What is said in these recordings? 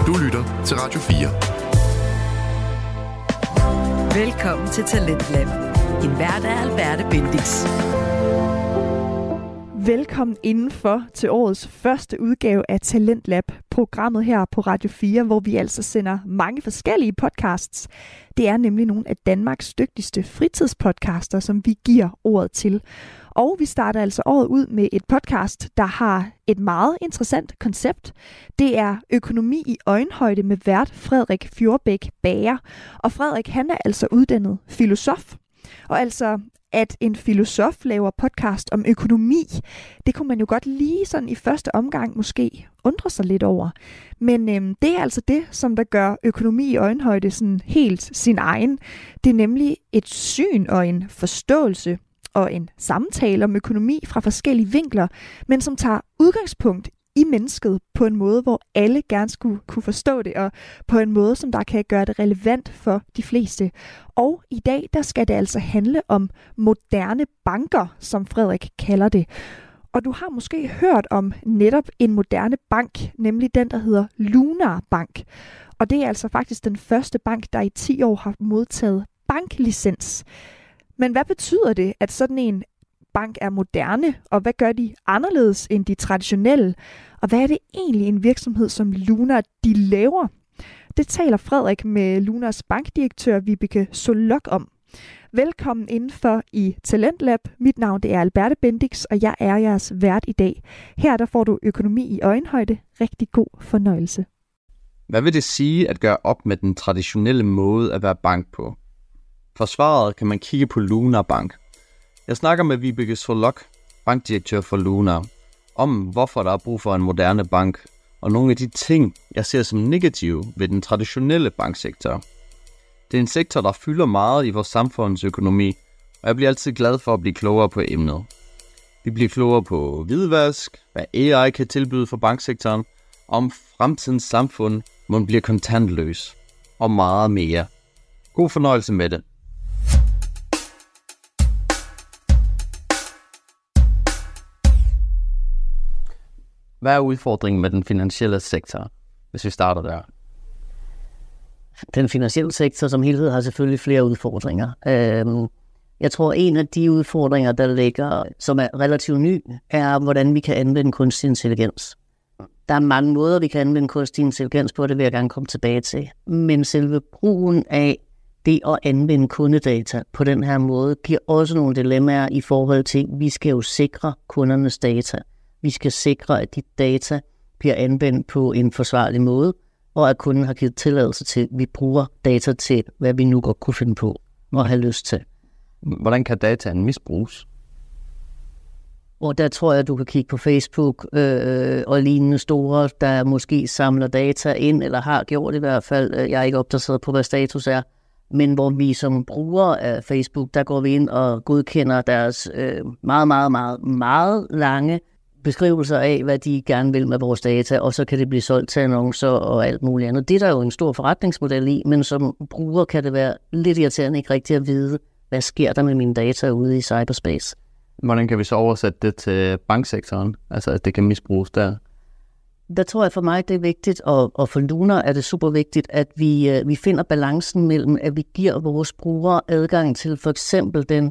Du lytter til Radio 4. Velkommen til Talentlab. Din vært er Alberte Bendix. Velkommen indenfor til årets første udgave af Talentlab, programmet her på Radio 4, hvor vi altså sender mange forskellige podcasts. Det er nemlig nogle af Danmarks dygtigste fritidspodcaster, som vi giver ordet til. Og vi starter altså året ud med et podcast, der har et meget interessant koncept. Det er økonomi i øjenhøjde med vært Frederik Fjordbæk Bager. Og Frederik, han er altså uddannet filosof. Og altså, at en filosof laver podcast om økonomi, det kunne man jo godt lige sådan i første omgang måske undre sig lidt over. Men det er altså det, som der gør økonomi i øjenhøjde sådan helt sin egen. Det er nemlig et syn og en forståelse og en samtale om økonomi fra forskellige vinkler, men som tager udgangspunkt i mennesket på en måde, hvor alle gerne skulle kunne forstå det, og på en måde, som der kan gøre det relevant for de fleste. Og i dag, der skal det altså handle om moderne banker, som Frederik kalder det. Og du har måske hørt om netop en moderne bank, nemlig den, der hedder Lunar Bank. Og det er altså faktisk den første bank, der i 10 år har modtaget banklicens. Men hvad betyder det, at sådan en bank er moderne, og hvad gør de anderledes end de traditionelle? Og hvad er det egentlig en virksomhed som Lunar, de laver? Det taler Frederik med Lunars bankdirektør Vibeke Solok om. Velkommen indenfor i Talentlab. Mit navn det er Alberte Bendix, og jeg er jeres vært i dag. Her der får du økonomi i øjenhøjde. Rigtig god fornøjelse. Hvad vil det sige at gøre op med den traditionelle måde at være bank på? For svaret kan man kigge på Lunar Bank. Jeg snakker med Vibeke Solok, bankdirektør for Lunar, om hvorfor der er brug for en moderne bank, og nogle af de ting, jeg ser som negative ved den traditionelle banksektor. Det er en sektor, der fylder meget i vores samfundsøkonomi, og jeg bliver altid glad for at blive klogere på emnet. Vi bliver klogere på hvidvask, hvad AI kan tilbyde for banksektoren, om fremtidens samfund, hvor man bliver kontantløs, og meget mere. God fornøjelse med det. Hvad er udfordringen med den finansielle sektor, hvis vi starter der? Den finansielle sektor som helhed har selvfølgelig flere udfordringer. Jeg tror, en af de udfordringer, der ligger, som er relativt ny, er, hvordan vi kan anvende kunstig intelligens. Der er mange måder, vi kan anvende kunstig intelligens på, det vil jeg gerne komme tilbage til. Men selve brugen af det at anvende kundedata på den her måde, giver også nogle dilemmaer i forhold til, at vi skal jo sikre kundernes data. Vi skal sikre, at de data bliver anvendt på en forsvarlig måde, og at kunden har givet tilladelse til, at vi bruger data til, hvad vi nu godt kunne finde på og have lyst til. Hvordan kan dataen misbruges? Og der tror jeg, at du kan kigge på Facebook og lignende store, der måske samler data ind, eller har gjort i hvert fald. Jeg er ikke opdateret på, hvad status er. Men hvor vi som brugere af Facebook, der går vi ind og godkender deres meget lange beskrivelser af, hvad de gerne vil med vores data, og så kan det blive solgt til annoncer og alt muligt andet. Det er der jo en stor forretningsmodel i, men som bruger kan det være lidt irriterende ikke rigtigt at vide, hvad sker der med mine data ude i cyberspace. Hvordan kan vi så oversætte det til banksektoren, altså at det kan misbruges der? Der tror jeg for mig, det er vigtigt, og for Lunar er det super vigtigt, at vi finder balancen mellem, at vi giver vores brugere adgang til for eksempel den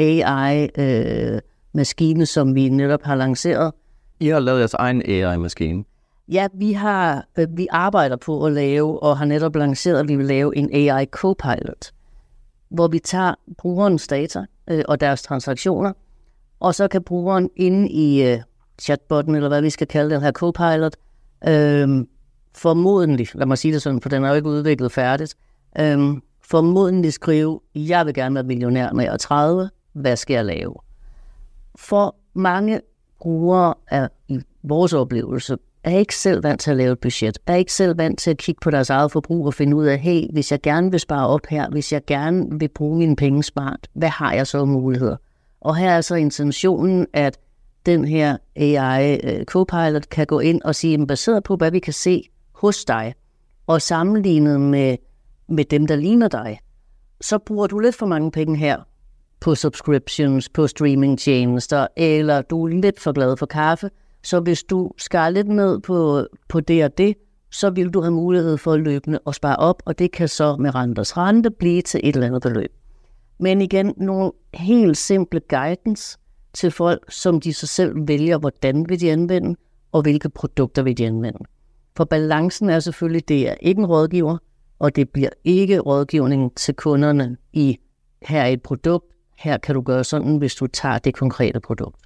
AI-maskine, som vi netop har lanceret. I har lavet jeres egen AI-maskine. Ja, vi arbejder på at lave, og har netop lanceret, at vi vil lave en AI Copilot, hvor vi tager brugerens data og deres transaktioner, og så kan brugeren inde i chatbotten, eller hvad vi skal kalde den her Copilot, formodentlig, lad mig sige det sådan, for den er jo ikke udviklet færdigt, formodentlig skrive, jeg vil gerne være millionær når jeg er 30, hvad skal jeg lave? For mange brugere er i vores oplevelse, er ikke selv vant til at lave et budget, er ikke selv vant til at kigge på deres eget forbrug og finde ud af, hey, hvis jeg gerne vil spare op her, hvis jeg gerne vil bruge mine penge smart, hvad har jeg så af muligheder? Og her er altså intentionen, at den her AI Copilot kan gå ind og sige, baseret på, hvad vi kan se hos dig, og sammenlignet med dem, der ligner dig, så bruger du lidt for mange penge her på subscriptions, på streamingtjenester, eller du er lidt for glad for kaffe. Så hvis du skærer lidt ned på det og det, så vil du have mulighed for løbende at spare op, og det kan så med renters rente blive til et eller andet beløb. Men igen, nogle helt simple guidance til folk, som de så selv vælger, hvordan vil de anvende, og hvilke produkter vil de anvende. For balancen er selvfølgelig, det er ikke en rådgiver, og det bliver ikke rådgivning til kunderne i, her er et produkt, her kan du gøre sådan, hvis du tager det konkrete produkt.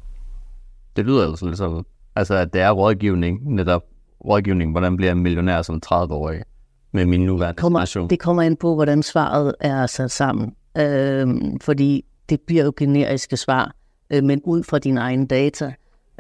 Det lyder altså lidt sådan, altså at det er rådgivning, netop rådgivning, hvordan bliver en millionær som 30-årig med min nuværende situation. Det kommer ind på, hvordan svaret er sat sammen, fordi det bliver jo generiske svar, men ud fra dine egne data,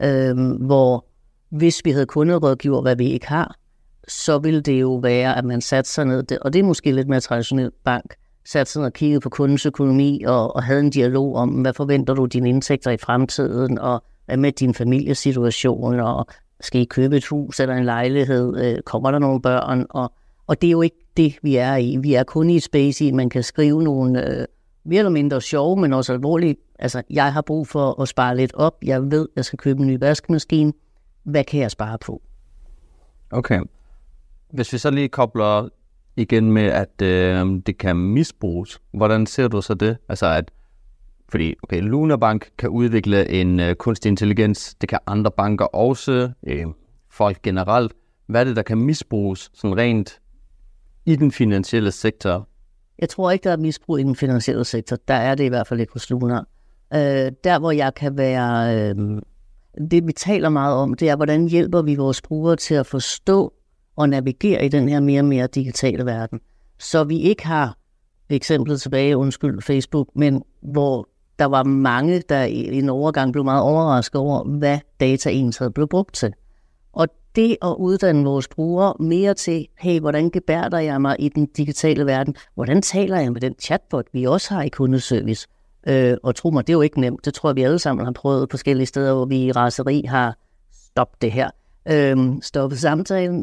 hvor hvis vi havde kunderådgiver, hvad vi ikke har, så ville det jo være, at man satte sig ned, og det er måske lidt mere traditionelt bank, satte sig ned og kiggede på kundens økonomi og havde en dialog om, hvad forventer du dine indtægter i fremtiden, og hvad med din familiesituation, og skal I købe et hus eller en lejlighed, kommer der nogle børn, og det er jo ikke det, vi er i. Vi er kun i et space i, man kan skrive nogle mere eller mindre sjove, men også alvorlige. Altså, jeg har brug for at spare lidt op, jeg ved, jeg skal købe en ny vaskemaskine, hvad kan jeg spare på? Okay. Hvis vi så lige kobler igen med, at det kan misbruges, hvordan ser du så det? Altså, at fordi Luna Bank kan udvikle en kunstig intelligens, det kan andre banker også, folk generelt. Hvad er det, der kan misbruges sådan rent i den finansielle sektor? Jeg tror ikke, der er misbrug i den finansielle sektor. Der er det i hvert fald ikke hos Luna. Der, hvor jeg kan være... det, vi taler meget om, det er, hvordan hjælper vi vores brugere til at forstå og navigere i den her mere og mere digitale verden. Så vi ikke har eksemplet tilbage, Facebook, men hvor der var mange, der i en overgang blev meget overrasket over, hvad data egentlig havde blevet brugt til. Og det at uddanne vores brugere mere til, hey, hvordan gebærder jeg mig i den digitale verden? Hvordan taler jeg med den chatbot, vi også har i kundeservice? Og tro mig, det er jo ikke nemt. Det tror jeg, vi alle sammen har prøvet forskellige steder, hvor vi i raseri har stoppet det her. Stoppet samtalen.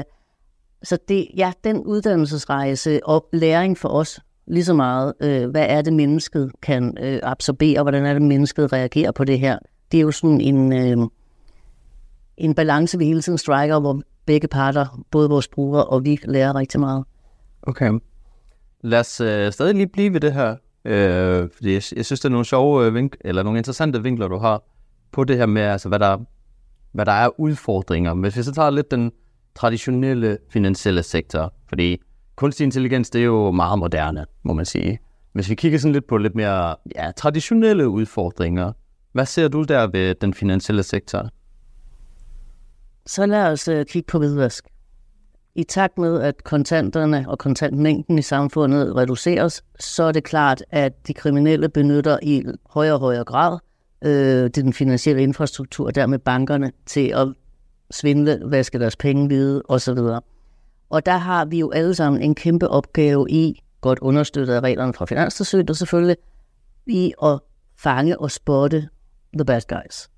Så det, ja, den uddannelsesrejse og læring for os, lige så meget, hvad er det mennesket kan absorbere, hvordan er det mennesket reagerer på det her. Det er jo sådan en balance, vi hele tiden striker, hvor begge parter, både vores brugere og vi, lærer rigtig meget. Okay. Lad os stadig lige blive ved det her, fordi jeg synes, det er nogle sjove eller nogle interessante vinkler, du har på det her med, altså, hvad der er udfordringer. Hvis vi så tager lidt den traditionelle finansielle sektor, fordi kunstig intelligens, det er jo meget moderne, må man sige. Hvis vi kigger sådan lidt på lidt mere traditionelle udfordringer, hvad ser du der ved den finansielle sektor? Så lad os kigge på hvidvask. I takt med, at kontanterne og kontantmængden i samfundet reduceres, så er det klart, at de kriminelle benytter i højere og højere grad den finansielle infrastruktur, og dermed bankerne, til at svindle, vaske deres penge hvide osv. Og der har vi jo alle sammen en kæmpe opgave i, godt understøttet af reglerne fra Finanstilsynet, og selvfølgelig i at fange og spotte the bad guys.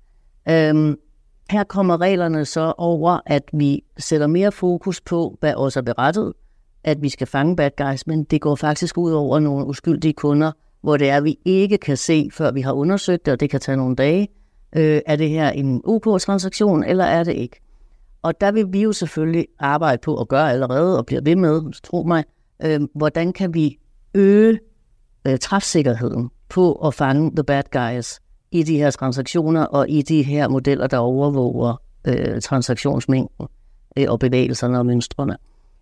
Her kommer reglerne så over, at vi sætter mere fokus på, hvad også er berettet, at vi skal fange bad guys, men det går faktisk ud over nogle uskyldige kunder, hvor det er, vi ikke kan se, før vi har undersøgt det, og det kan tage nogle dage. Er det her en OK-transaktion, eller er det ikke? Og der vil vi jo selvfølgelig arbejde på at gøre allerede, og bliver ved med, tro mig, hvordan kan vi øge træfsikkerheden på at fange the bad guys i de her transaktioner, og i de her modeller, der overvåger transaktionsmængden og bevægelserne og mønstrene.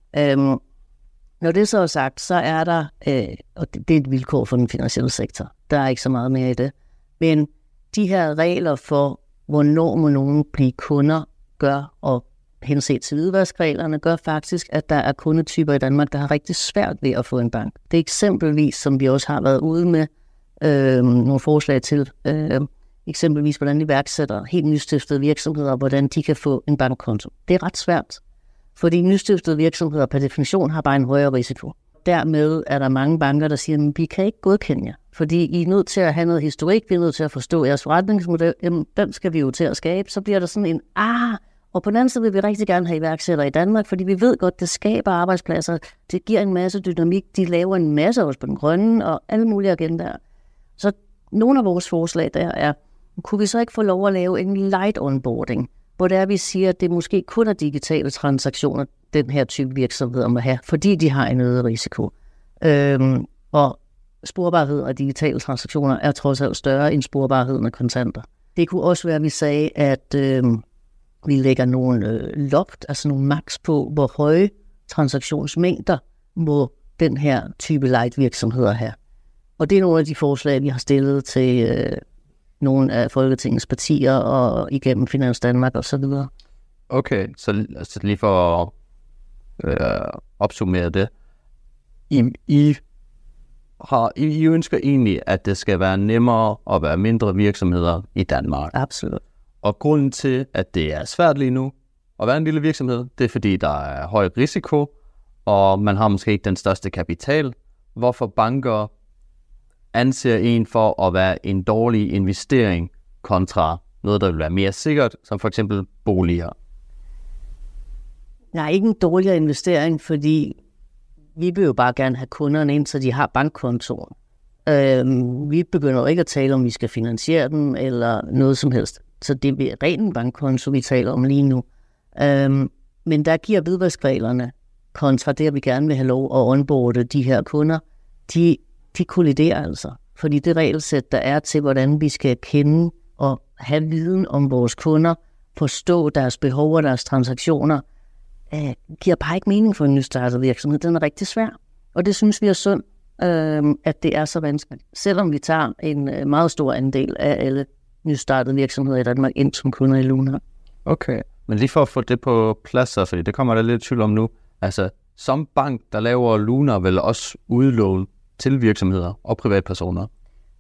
Når det så er sagt, så er der, og det er et vilkår for den finansielle sektor, der er ikke så meget mere i det, men de her regler for, hvornår må nogen blive kunder, gør, og henset til hvidvaskreglerne, gør faktisk, at der er kundetyper i Danmark, der har rigtig svært ved at få en bank. Det er eksempelvis, som vi også har været ude med, nogle forslag til, eksempelvis hvordan iværksætter helt nystiftede virksomheder, hvordan de kan få en bankkonto. Det er ret svært, fordi nystiftede virksomheder per definition har bare en højere risiko. Dermed er der mange banker, der siger, at vi kan ikke godkende jer, fordi I er nødt til at have noget historik, vi er nødt til at forstå jeres forretningsmodel, jamen, den skal vi jo til at skabe, så bliver der sådan en, og på den anden side vil vi rigtig gerne have iværksættere i Danmark, fordi vi ved godt, det skaber arbejdspladser, det giver en masse dynamik, de laver en masse også på den grønne, og alle mulige agendaer. Så nogle af vores forslag der er, kunne vi så ikke få lov at lave en light onboarding, hvor det er, vi siger, at det måske kun er digitale transaktioner, den her type virksomheder må have, fordi de har en øget risiko. Og sporbarhed af digitale transaktioner er trods alt større end sporbarheden af kontanter. Det kunne også være, at vi sagde, at vi lægger nogle loft, altså nogle max på, hvor høje transaktionsmængder må den her type light virksomheder have. Og det er nogle af de forslag, vi har stillet til nogle af Folketingets partier og igennem Finans Danmark og så videre. Okay, så lige for at opsummere det. I ønsker egentlig, at det skal være nemmere at være mindre virksomheder i Danmark. Absolut. Og grunden til, at det er svært lige nu at være en lille virksomhed, det er fordi, der er høj risiko, og man har måske ikke den største kapital. Hvorfor banker anser en for at være en dårlig investering kontra noget, der vil være mere sikkert, som for eksempel boliger? Nej, ikke en dårligere investering, fordi vi vil jo bare gerne have kunderne ind, så de har bankkontoen. Vi begynder jo ikke at tale om, vi skal finansiere dem eller noget som helst. Så det er ren bankkonto, vi taler om lige nu. Men der giver hvidvaskreglerne kontra det, at vi gerne vil have lov at onboarde de her kunder, de kolliderer altså. Fordi det regelsæt, der er til, hvordan vi skal kende og have viden om vores kunder, forstå deres behov og deres transaktioner, giver bare ikke mening for en nystartet virksomhed. Den er rigtig svær. Og det synes vi er synd, at det er så vanskeligt. Selvom vi tager en meget stor andel af alle nystartede virksomheder i Danmark ind som kunder i Lunar. Okay, men lige for at få det på plads, fordi det kommer der lidt tvivl om nu. Altså, som bank, der laver Lunar vel også udlån til virksomheder og privatpersoner?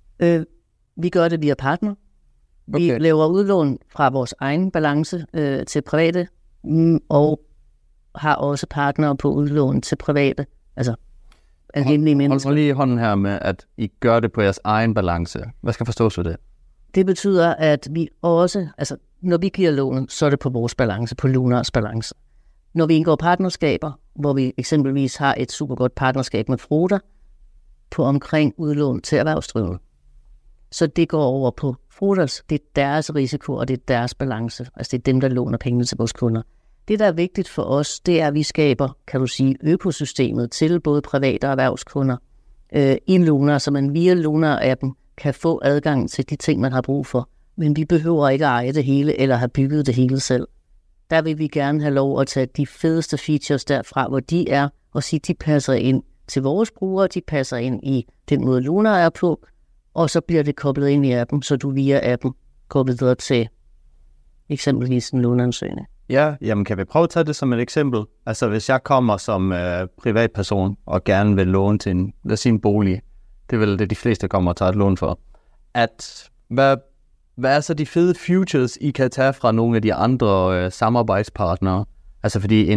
Vi gør det via partner. Vi laver udlån fra vores egen balance til private, og har også partnere på udlån til private. Altså, almindelige mennesker. Hold lige hånden her med, at I gør det på jeres egen balance. Hvad skal forstås ved det? Det betyder, at vi også, altså når vi giver lån, så er det på vores balance, på Lunars balance. Når vi indgår partnerskaber, hvor vi eksempelvis har et super godt partnerskab med Froda, på omkring udlån til erhvervsdrivende. Så det går over på Frodas, det er deres risiko, og det er deres balance. Altså det er dem, der låner pengene til vores kunder. Det, der er vigtigt for os, det er, at vi skaber, kan du sige, økosystemet til både private og erhvervskunder i Lunar, så man via Lunar-appen kan få adgang til de ting, man har brug for. Men vi behøver ikke at eje det hele, eller have bygget det hele selv. Der vil vi gerne have lov at tage de fedeste features derfra, hvor de er, og sige, de passer ind til vores brugere, de passer ind i den måde, Lunar er på, og så bliver det koblet ind i appen, så du via appen går videre til eksempelvis en låneansøgning. Ja, jamen kan vi prøve at tage det som et eksempel? Altså hvis jeg kommer som privatperson og gerne vil låne til en, lad os sige en bolig, det er vel det, de fleste kommer og tager et lån for. Hvad er så de fede futures, I kan tage fra nogle af de andre samarbejdspartnere? Altså fordi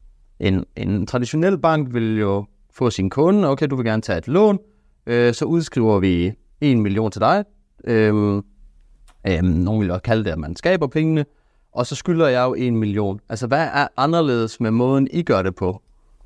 en traditionel bank vil jo få sin kunde, okay, du vil gerne tage et lån, så udskriver vi 1 million til dig. Nogle vil også kalde det, at man skaber pengene, og så skylder jeg jo 1 million. Altså hvad er anderledes med måden, I gør det på?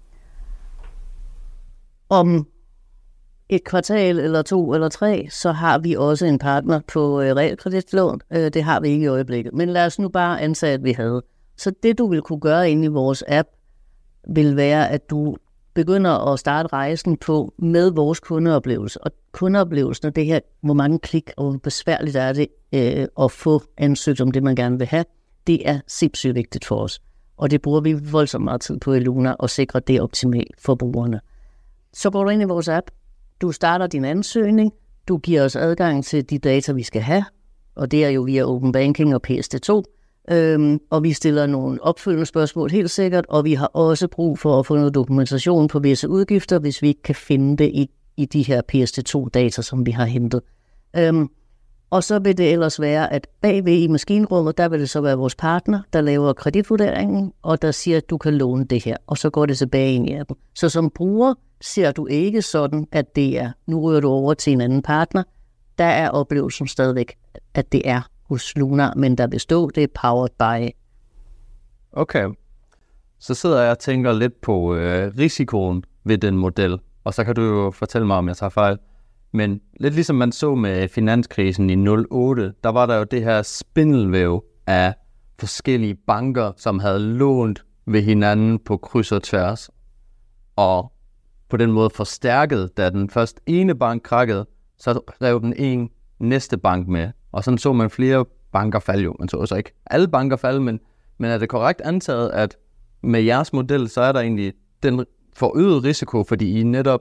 Om et kvartal eller 2 eller 3, så har vi også en partner på realkreditlån. Det har vi ikke i øjeblikket. Men lad os nu bare antage, at vi havde. Så det, du vil kunne gøre inde i vores app, vil være, at du begynder at starte rejsen på med vores kundeoplevelse. Og kundeoplevelsen er det her, hvor mange klik og hvor besværligt er det at få ansøgt om det, man gerne vil have. Det er sindssygt vigtigt for os. Og det bruger vi voldsomt meget tid på i Lunar og sikrer det optimalt for brugerne. Så går du ind i vores app. Du starter din ansøgning. Du giver os adgang til de data, vi skal have. Og det er jo via Open Banking og PSD2. Og vi stiller nogle opfølgende spørgsmål helt sikkert. Og vi har også brug for at få noget dokumentation på visse udgifter, hvis vi ikke kan finde det i de her PSD2-data, som vi har hentet. Og så vil det ellers være, at bagved i maskinrummet, der vil det så være vores partner, der laver kreditvurderingen, og der siger, at du kan låne det her, og så går det tilbage ind i appen. Så som bruger ser du ikke sådan, at det er, nu ryger du over til en anden partner. Der er oplevelsen stadigvæk, at det er hos Lunar, men der vil stå, det er powered by. Okay, så sidder jeg og tænker lidt på risikoen ved den model, og så kan du jo fortælle mig, om jeg tager fejl. Men lidt ligesom man så med finanskrisen i 2008, der var der jo det her spindelvæv af forskellige banker, som havde lånt ved hinanden på kryds og tværs, og på den måde forstærket, da den først ene bank krakkede, så rev den næste bank med, og sådan så man flere banker falde jo. Man så også ikke alle banker falde, men er det korrekt antaget, at med jeres model, så er der egentlig den forøget risiko, fordi I netop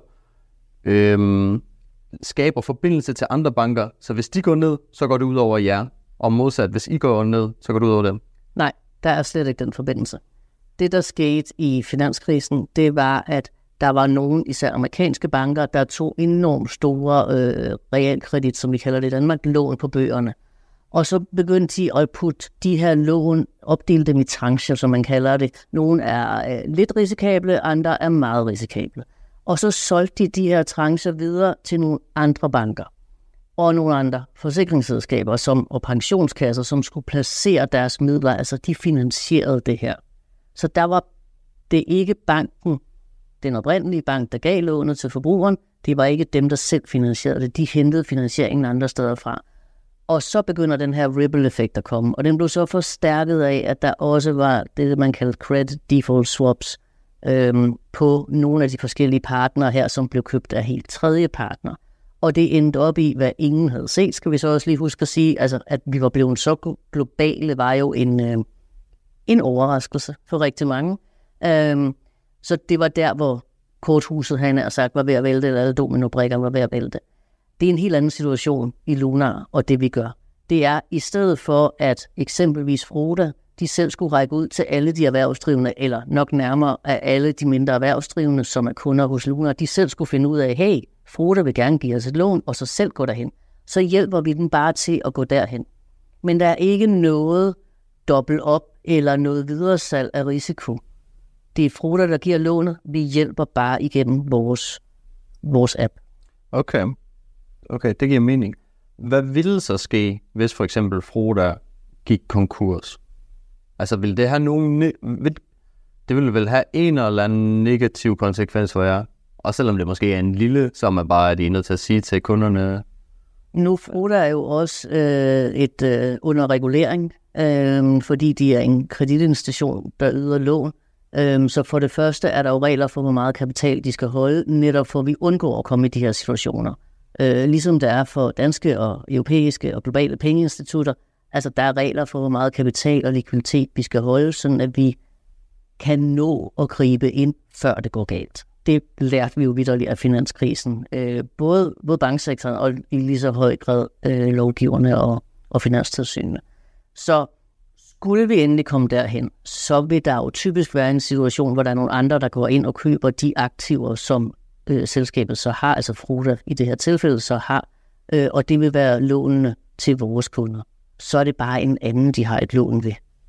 skaber forbindelse til andre banker, så hvis de går ned, så går det ud over jer, og modsat, hvis I går ned, så går det ud over dem. Nej, der er slet ikke den forbindelse. Det, der skete i finanskrisen, det var, at der var nogle, især amerikanske banker, der tog enormt store realkredit, som vi kalder det i Danmark, lån på bøgerne. Og så begyndte de at putte de her lån, opdele dem i trancher, som man kalder det. Nogle er lidt risikable, andre er meget risikable. Og så solgte de her trancher videre til nogle andre banker og nogle andre forsikringsselskaber og pensionskasser, som skulle placere deres midler. Altså, de finansierede det her. Så der var det ikke banken, den oprindelige bank, der gav lånet til forbrugeren. Det var ikke dem, der selv finansierede det. De hentede finansieringen andre steder fra. Og så begynder den her ripple-effekt at komme. Og den blev så forstærket af, at der også var det, man kaldte credit default swaps på nogle af de forskellige partnere her, som blev købt af helt tredje partner. Og det endte op i, hvad ingen havde set, skal vi så også lige huske at sige. Altså, at vi var blevet så globale, var jo en overraskelse for rigtig mange. Så det var der, hvor korthuset, han har sagt, var ved at vælte, eller alle dominobrikker var ved at vælte. Det er en helt anden situation i Lunar, og det vi gør. Det er, i stedet for at eksempelvis Froda, de selv skulle række ud til alle de erhvervsdrivende, eller nok nærmere af alle de mindre erhvervsdrivende, som er kunder hos Lunar, de selv skulle finde ud af, hey, Froda vil gerne give os et lån, og så selv gå derhen. Så hjælper vi dem bare til at gå derhen. Men der er ikke noget dobbelt op, eller noget videresalg af risiko. Det er Froda, der giver lånet. Vi hjælper bare igennem vores app. Okay, det giver mening. Hvad ville så ske, hvis for eksempel Froda gik konkurs? Altså, vil det have det ville vel have en eller anden negativ konsekvens for jer? Og selvom det måske er en lille, som er bare, at I er nødt til at sige til kunderne. Nu Froda er jo også under regulering, fordi de er en kreditinstitution, der yder lån. Så for det første er der jo regler for, hvor meget kapital de skal holde, netop for at vi undgår at komme i de her situationer. Ligesom der er for danske og europæiske og globale pengeinstitutter. Altså der er regler for, hvor meget kapital og likviditet vi skal holde, sådan at vi kan nå at gribe ind, før det går galt. Det lærte vi jo vitterligt af finanskrisen. Både banksektoren og i lige så høj grad lovgiverne og finanstilsynene. Så skulle vi endelig komme derhen, så vil der jo typisk være en situation, hvor der er nogle andre, der går ind og køber de aktiver, som selskabet så har, altså Froda i det her tilfælde så har, og det vil være lånene til vores kunder. Så er det bare en anden, de har et lån ved.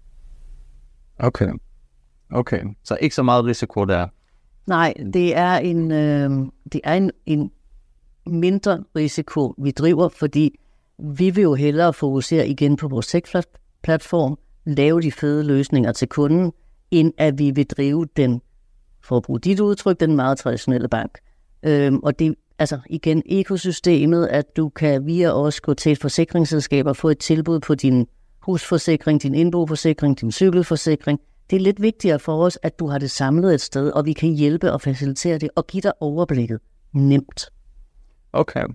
Okay. Så ikke så meget risiko der? Nej, det er en mindre risiko, vi driver, fordi vi vil jo hellere fokusere igen på vores tech-platform, lave de fede løsninger til kunden, end at vi vil drive den, for at bruge dit udtryk, den meget traditionelle bank. Og det altså igen ekosystemet, at du kan via os gå til et forsikringsselskab og få et tilbud på din husforsikring, din indboforsikring, din cykelforsikring. Det er lidt vigtigere for os, at du har det samlet et sted, og vi kan hjælpe og facilitere det og give dig overblikket nemt. Okay.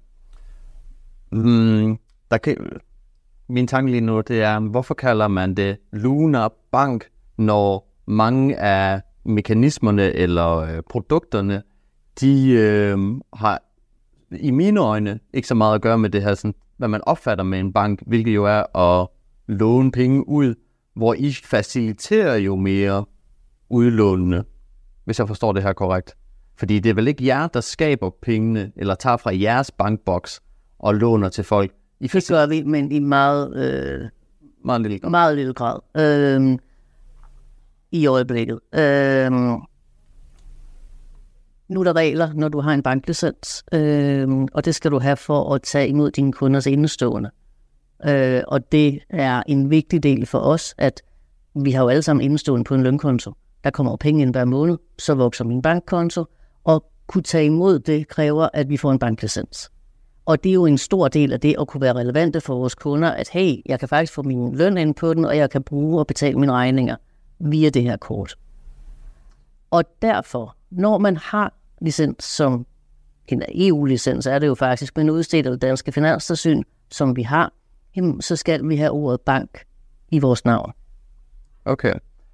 Min tanke lige nu, det er, hvorfor kalder man det Lunar Bank, når mange af mekanismerne eller produkterne, de har i mine øjne ikke så meget at gøre med det her, sådan, hvad man opfatter med en bank, hvilket jo er at låne penge ud, hvor I faciliterer jo mere udlånene, hvis jeg forstår det her korrekt. Fordi det er vel ikke jer, der skaber pengene, eller tager fra jeres bankboks og låner til folk. Det gør vi, men i meget lille grad. I øjeblikket. Nu er der regler, når du har en banklicens, og det skal du have for at tage imod dine kunders indestående. Og det er en vigtig del for os, at vi har jo alle sammen indestående på en lønkonto. Der kommer jo penge ind hver måned, så vokser min bankkonto, og kunne tage imod det kræver, at vi får en banklicens. Og det er jo en stor del af det at kunne være relevante for vores kunder, at hey, jeg kan faktisk få min løn ind på den, og jeg kan bruge og betale mine regninger via det her kort. Og derfor, når man har licens som en EU-licens, er det jo faktisk, men udstedt af det danske finanstilsyn, som vi har, jamen, så skal vi have ordet bank i vores navn. Okay.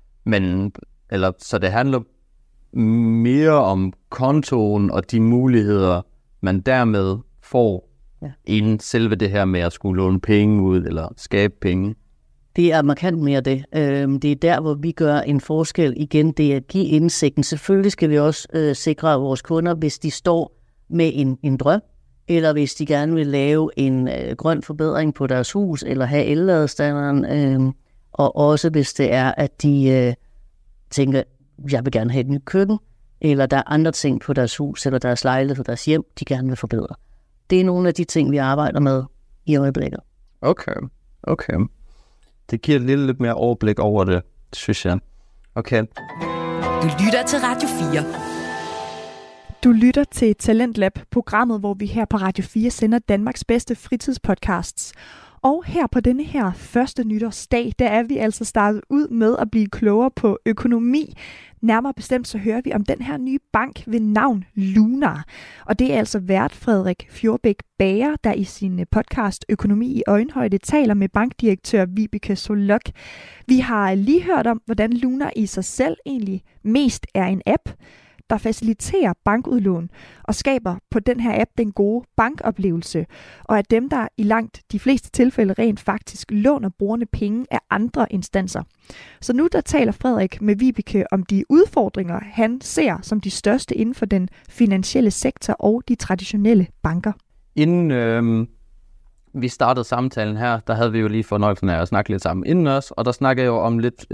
Så det handler mere om kontoen og de muligheder, man dermed får, inden selve det her med at skulle låne penge ud eller skabe penge. Det er markant mere det. Det er der, hvor vi gør en forskel igen. Det er at give indsigten. Selvfølgelig skal vi også sikre vores kunder, hvis de står med en drøm, eller hvis de gerne vil lave en grøn forbedring på deres hus, eller have elladestanderen, og også hvis det er, at de tænker, jeg vil gerne have et nyt køkken, eller der er andre ting på deres hus, eller deres lejlighed, deres hjem, de gerne vil forbedre. Det er nogle af de ting, vi arbejder med i øjeblikket. Okay. Det giver lidt mere overblik over det, synes jeg. Okay. Du lytter til Radio 4. Du lytter til Talentlab, programmet, hvor vi her på Radio 4 sender Danmarks bedste fritidspodcasts. Og her på denne her første nytårsdag, der er vi altså startet ud med at blive klogere på økonomi. Nærmere bestemt så hører vi om den her nye bank ved navn Lunar. Og det er altså vært Frederik Fjordbæk Bager, der i sin podcast Økonomi i øjenhøjde taler med bankdirektør Vibeke Solok. Vi har lige hørt om, hvordan Lunar i sig selv egentlig mest er en app, der faciliterer bankudlån og skaber på den her app den gode bankoplevelse, og at dem, der i langt de fleste tilfælde rent faktisk låner brugerne penge af andre instanser. Så nu der taler Frederik med Vibeke om de udfordringer, han ser som de største inden for den finansielle sektor og de traditionelle banker. Inden vi startede samtalen her, der havde vi jo lige fornøjelsen af at snakke lidt sammen inden os, og der snakkede jeg jo om lidt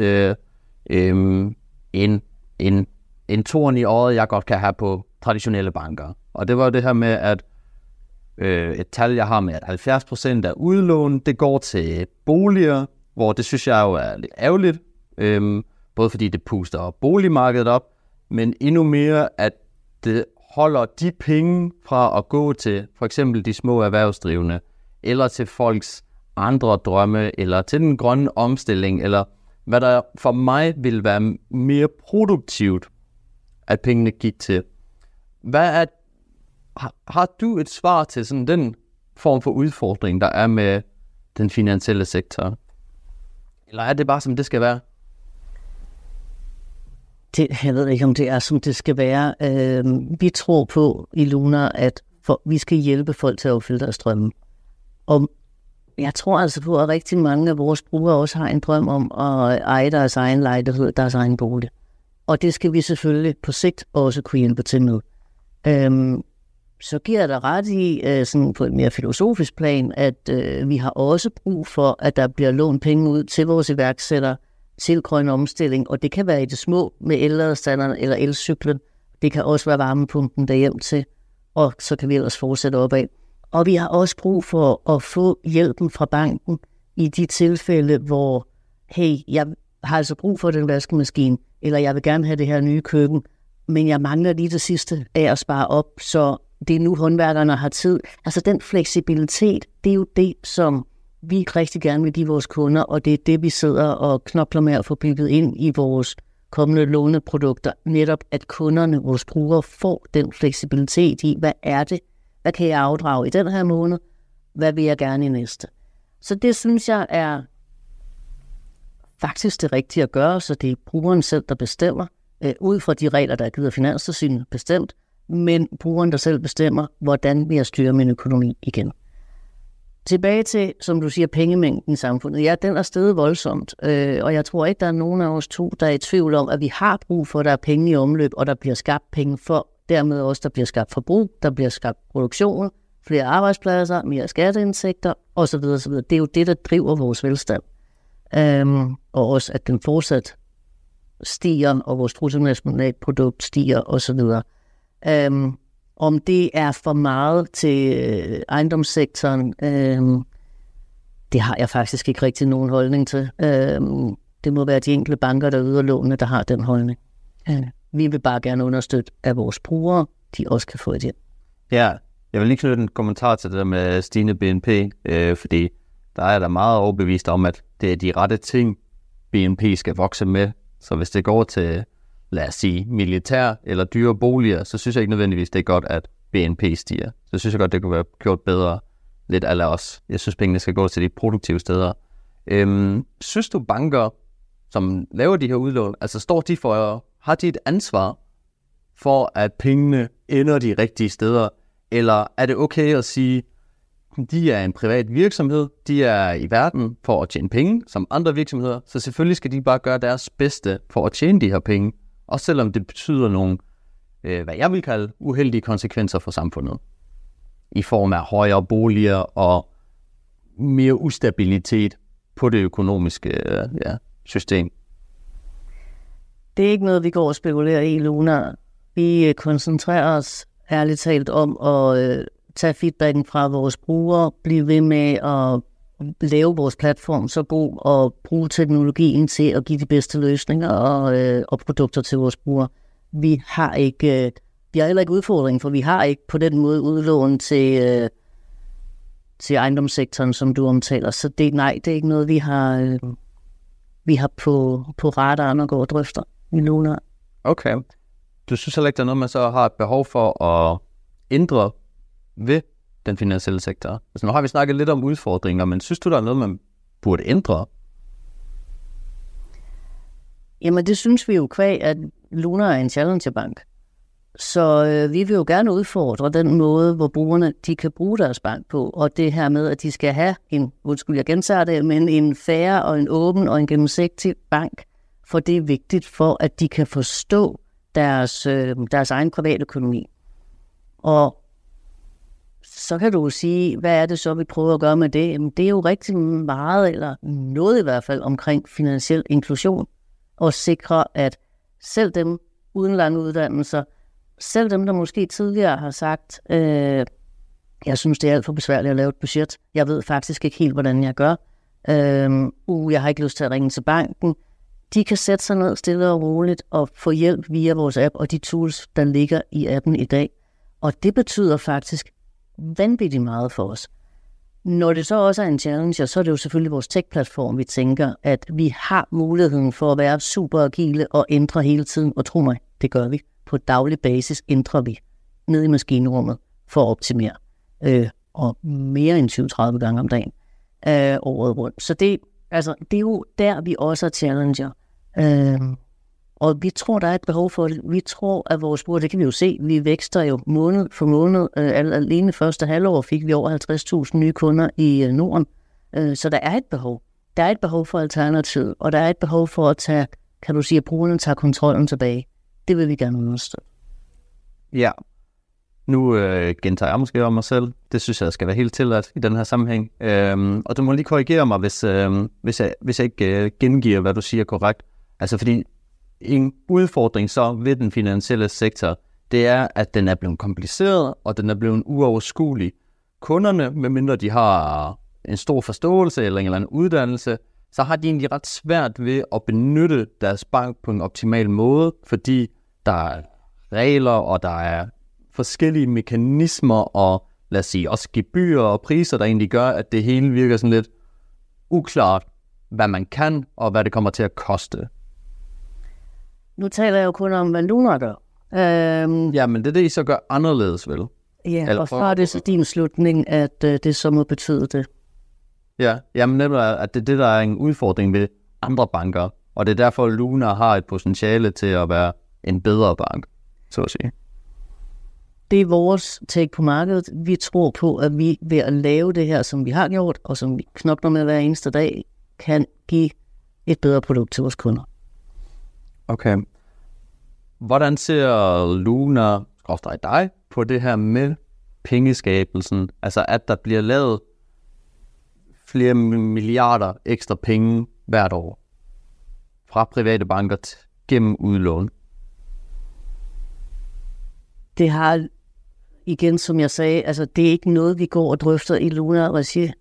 en torn i øjet, jeg godt kan have på traditionelle banker. Og det var jo det her med, at et tal, jeg har med, at 70% af udlån, det går til boliger, hvor det synes jeg jo er lidt ærgerligt, både fordi det puster boligmarkedet op, men endnu mere, at det holder de penge fra at gå til for eksempel de små erhvervsdrivende, eller til folks andre drømme, eller til den grønne omstilling, eller hvad der for mig vil være mere produktivt, at pengene gik til. Har du et svar til sådan den form for udfordring, der er med den finansielle sektor? Eller er det bare, som det skal være? Jeg ved ikke, om det er, som det skal være. Vi tror på i Lunar, at vi skal hjælpe folk til at opfylde deres drømme. Og jeg tror altså på, at rigtig mange af vores brugere også har en drøm om at eje deres egen lejlighed, deres egen bolig. Og det skal vi selvfølgelig på sigt også kunne hjælpe til med. Så giver jeg dig ret i, sådan på et mere filosofisk plan, at vi har også brug for, at der bliver lånt penge ud til vores iværksættere, til grøn omstilling, og det kan være i det små med elladestanderen eller elcyklen. Det kan også være varmepumpen derhjem til, og så kan vi ellers fortsætte opad. Og vi har også brug for at få hjælpen fra banken i de tilfælde, hvor, hey, jeg har altså brug for den vaskemaskine, eller jeg vil gerne have det her nye køkken, men jeg mangler lige det sidste af at spare op, så det er nu håndværkerne har tid. Altså den fleksibilitet, det er jo det, som vi rigtig gerne vil give vores kunder, og det er det, vi sidder og knokler med at få bygget ind i vores kommende låneprodukter. Netop at kunderne, vores brugere, får den fleksibilitet i, hvad er det? Hvad kan jeg afdrage i den her måned? Hvad vil jeg gerne i næste? Så det synes jeg er faktisk det rigtige at gøre, så det er brugeren selv, der bestemmer, ud fra de regler, der er givet af Finanstilsynet bestemt, men brugeren, der selv bestemmer, hvordan vil jeg styre min økonomi igen. Tilbage til, som du siger, pengemængden i samfundet. Ja, den er steget voldsomt, og jeg tror ikke, der er nogen af os to, der er i tvivl om, at vi har brug for, at der er penge i omløb, og der bliver skabt penge for, dermed også, der bliver skabt forbrug, der bliver skabt produktion, flere arbejdspladser, mere skatteindtægter osv. osv. Det er jo det, der driver vores velstand. Og også, at den fortsat stiger, og vores bruttonationalprodukt stiger osv. Om det er for meget til ejendomssektoren, det har jeg faktisk ikke rigtig nogen holdning til. Det må være de enkelte banker, der yder lånene, der har den holdning. Vi vil bare gerne understøtte, at vores brugere, de også kan få et hjem. Ja, Jeg vil lige knytte en kommentar til det der med stigende BNP, fordi der er der meget overbevist om, at det er de rette ting, BNP skal vokse med. Så hvis det går til, lad os sige, militær eller dyre boliger, så synes jeg ikke nødvendigvis, det er godt, at BNP stiger. Så synes jeg godt, det kunne være gjort bedre lidt ala os. Jeg synes, pengene skal gå til de produktive steder. Synes du banker, som laver de her udlån, altså har de et ansvar for, at pengene ender de rigtige steder? Eller er det okay at sige, de er en privat virksomhed, de er i verden for at tjene penge, som andre virksomheder, så selvfølgelig skal de bare gøre deres bedste for at tjene de her penge, også selvom det betyder nogle, hvad jeg vil kalde, uheldige konsekvenser for samfundet, i form af højere boliger og mere ustabilitet på det økonomiske system. Det er ikke noget, vi går og spekulerer i, Luna. Vi koncentrerer os ærligt talt om at tage feedbacken fra vores brugere, blive ved med at lave vores platform så god og bruge teknologien til at give de bedste løsninger og produkter til vores brugere. Vi har heller ikke udfordring, for vi har ikke på den måde udlån til ejendomssektoren, som du omtaler. Så det er ikke noget, vi har på radaren og går og drøfter i Luna. Okay. Du synes heller ikke, der er noget, man så har et behov for at ændre ved den finansielle sektor? Altså, nu har vi snakket lidt om udfordringer, men synes du, der er noget, man burde ændre? Jamen, det synes vi jo kvæg, at Luna er en challengerbank. Så vi vil jo gerne udfordre den måde, hvor brugerne de kan bruge deres bank på. Og det her med, at de skal have en fair og en åben og en gennemsigtig bank. For det er vigtigt for, at de kan forstå deres egen privatøkonomi. Og så kan du sige, hvad er det så, vi prøver at gøre med det? Jamen, det er jo rigtig meget, eller noget i hvert fald, omkring finansiel inklusion. Og sikre, at selv dem uden lange uddannelser, selv dem, der måske tidligere har sagt, jeg synes, det er alt for besværligt at lave et budget. Jeg ved faktisk ikke helt, hvordan jeg gør. Jeg har ikke lyst til at ringe til banken. De kan sætte sig ned stille og roligt og få hjælp via vores app og de tools, der ligger i appen i dag. Og det betyder faktisk vanvittigt meget for os. Når det så også er en challenge, så er det jo selvfølgelig vores tech-platform, vi tænker, at vi har muligheden for at være super agile og ændre hele tiden. Og tro mig, det gør vi. På daglig basis ændrer vi ned i maskinrummet for at optimere. Og mere end 20-30 gange om dagen året rundt. Så det er jo der, vi også er challenger. Og vi tror, der er et behov for det. Vi tror, at vores brugere, det kan vi jo se, vi vækster jo måned for måned. Alene første halvår fik vi over 50.000 nye kunder i Norden. Så der er et behov. Der er et behov for alternativ, og der er et behov for at tage, kan du sige, at brugerne tager kontrollen tilbage. Det vil vi gerne understøtte. Ja. Nu gentager jeg måske om mig selv. Det synes jeg skal være helt tilladt i den her sammenhæng. Og du må lige korrigere mig, hvis jeg ikke gengiver, hvad du siger korrekt. Altså fordi en udfordring så ved den finansielle sektor, det er, at den er blevet kompliceret, og den er blevet uoverskuelig. Kunderne, medmindre de har en stor forståelse eller en eller anden uddannelse, så har de egentlig ret svært ved at benytte deres bank på en optimal måde, fordi der er regler, og der er forskellige mekanismer, og lad os sige også gebyrer og priser, der egentlig gør, at det hele virker sådan lidt uklart, hvad man kan, og hvad det kommer til at koste. Nu taler jeg jo kun om, hvad Luna gør. Ja, men det er det, I så gør anderledes, vel? Ja, eller og så er det så din slutning, at det så må betyde det. Ja, jamen nemlig, at det er det, der er en udfordring ved andre banker, og det er derfor, at Luna har et potentiale til at være en bedre bank, så at sige. Det er vores take på markedet. Vi tror på, at vi ved at lave det her, som vi har gjort, og som vi knokler med hver eneste dag, kan give et bedre produkt til vores kunder. Okay. Hvordan ser Luna, dig, på det her med pengeskabelsen? Altså, at der bliver lavet flere milliarder ekstra penge hvert år fra private banker gennem udlån? Det har, igen som jeg sagde, altså det er ikke noget, vi går og drøfter i Luna-regi.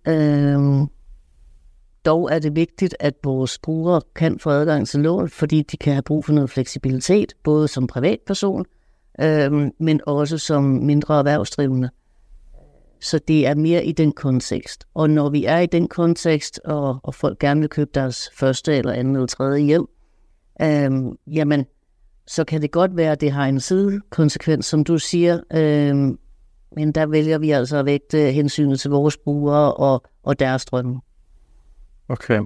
Dog er det vigtigt, at vores brugere kan få adgang til lån, fordi de kan have brug for noget fleksibilitet, både som privatperson, men også som mindre erhvervsdrivende. Så det er mere i den kontekst. Og når vi er i den kontekst, og folk gerne vil købe deres første eller anden eller tredje hjem, jamen, så kan det godt være, at det har en sidekonsekvens, som du siger, men der vælger vi altså at vægte hensynet til vores brugere og deres drømme. Okay.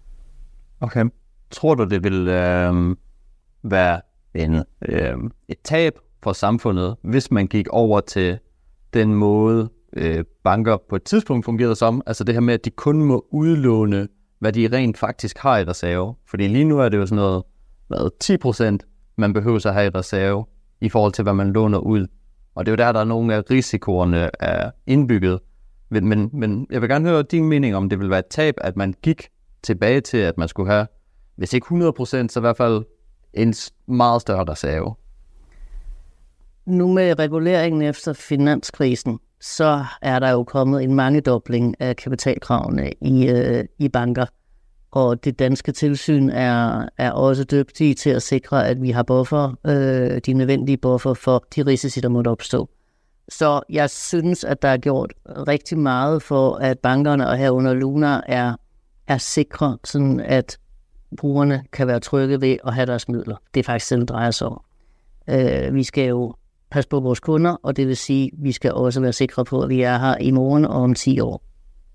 Tror du, det vil være et tab for samfundet, hvis man gik over til den måde, banker på et tidspunkt fungerede som? Altså det her med, at de kun må udlåne, hvad de rent faktisk har i reserve. Fordi lige nu er det jo sådan noget, 10% man behøver at have i reserve, i forhold til, hvad man låner ud. Og det er jo der er nogle af risikoerne er indbygget. Men jeg vil gerne høre din mening om, det vil være et tab, at man gik tilbage til, at man skulle have, hvis ikke 100%, så i hvert fald en meget større reserve. Nu med reguleringen efter finanskrisen, så er der jo kommet en mangedobling af kapitalkravene i banker. Og det danske tilsyn er også dygtige til at sikre, at vi har de nødvendige buffer for de risici, der måtte opstå. Så jeg synes, at der er gjort rigtig meget for, at bankerne og herunder Lunar er sikre, sådan at brugerne kan være trygge ved at have deres midler. Det er faktisk selv drejer sig om. Vi skal jo passe på vores kunder, og det vil sige, at vi skal også være sikre på, at vi er her i morgen og om 10 år.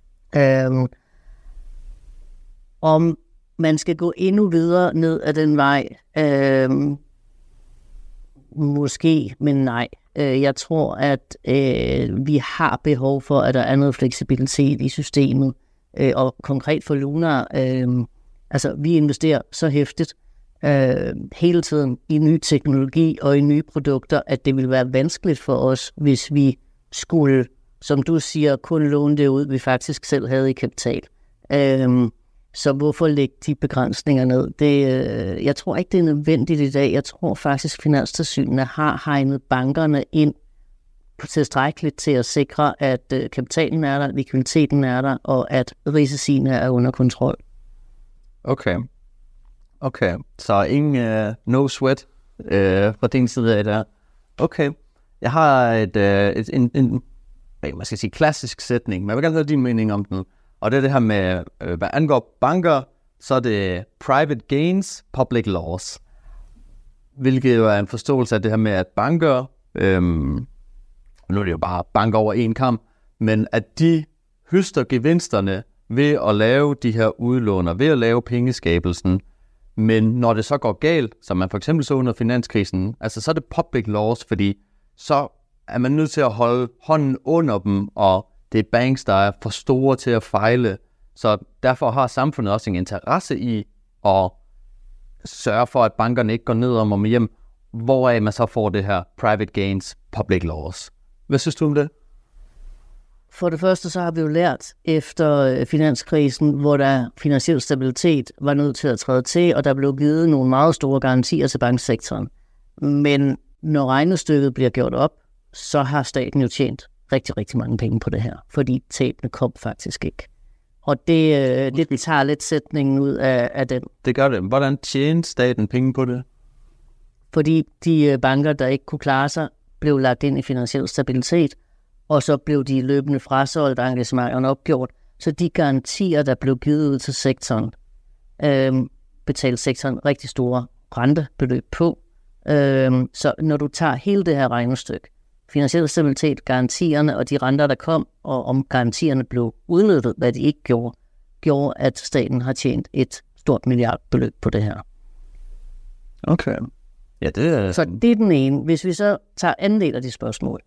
Om man skal gå endnu videre ned ad den vej, måske, men nej. Jeg tror, at vi har behov for, at der er noget fleksibilitet i systemet. Og konkret for Lunar, altså vi investerer så hæftigt hele tiden i ny teknologi og i nye produkter, at det vil være vanskeligt for os, hvis vi skulle, som du siger, kun låne det ud, vi faktisk selv havde i kapital. Så hvorfor lægge de begrænsninger ned? Jeg tror ikke, det er nødvendigt i dag. Jeg tror faktisk, Finanstilsynet har hegnet bankerne ind tilstrækkeligt til at sikre, at kapitalen er der, likviditeten er der, og at risiciene er under kontrol. Okay. Så ingen no sweat fra din side af der. Okay. Jeg har en man skal sige klassisk sætning, men jeg vil gerne høre din mening om den. Og det er det her med, hvad angår banker, så er det private gains, public loss. Hvilket jo er en forståelse af det her med, at banker, nu er det jo bare banker over en kam, men at de høster gevinsterne ved at lave de her udlåner, ved at lave pengeskabelsen. Men når det så går galt, som man for eksempel så under finanskrisen, altså så er det public loss, fordi så er man nødt til at holde hånden under dem, og det er banks, der er for store til at fejle. Så derfor har samfundet også en interesse i at sørge for, at bankerne ikke går ned om hjem, hvoraf man så får det her private gains, public loss. Hvad synes du om det? For det første så har vi jo lært efter finanskrisen, hvor der finansiel stabilitet var nødt til at træde til, og der blev givet nogle meget store garantier til banksektoren. Men når regnestykket bliver gjort op, så har staten jo tjent rigtig, rigtig mange penge på det her, fordi tabene kom faktisk ikke. Og det tager lidt sætningen ud af den. Det gør det. Hvordan tjente staten penge på det? Fordi de banker, der ikke kunne klare sig, blev lagt ind i finansiel stabilitet, og så blev de løbende frasolgt, engagementerne opgjort. Så de garantier, der blev givet ud til sektoren, betalte sektoren rigtig store rentebeløb på. Så når du tager hele det her regnestykke, finansiel stabilitet, garantierne og de renter, der kom, og om garantierne blev udnyttet, hvad de ikke gjorde, at staten har tjent et stort milliardbeløb på det her. Okay. Ja, det er... Så det er den ene. Hvis vi så tager anden del af de spørgsmål,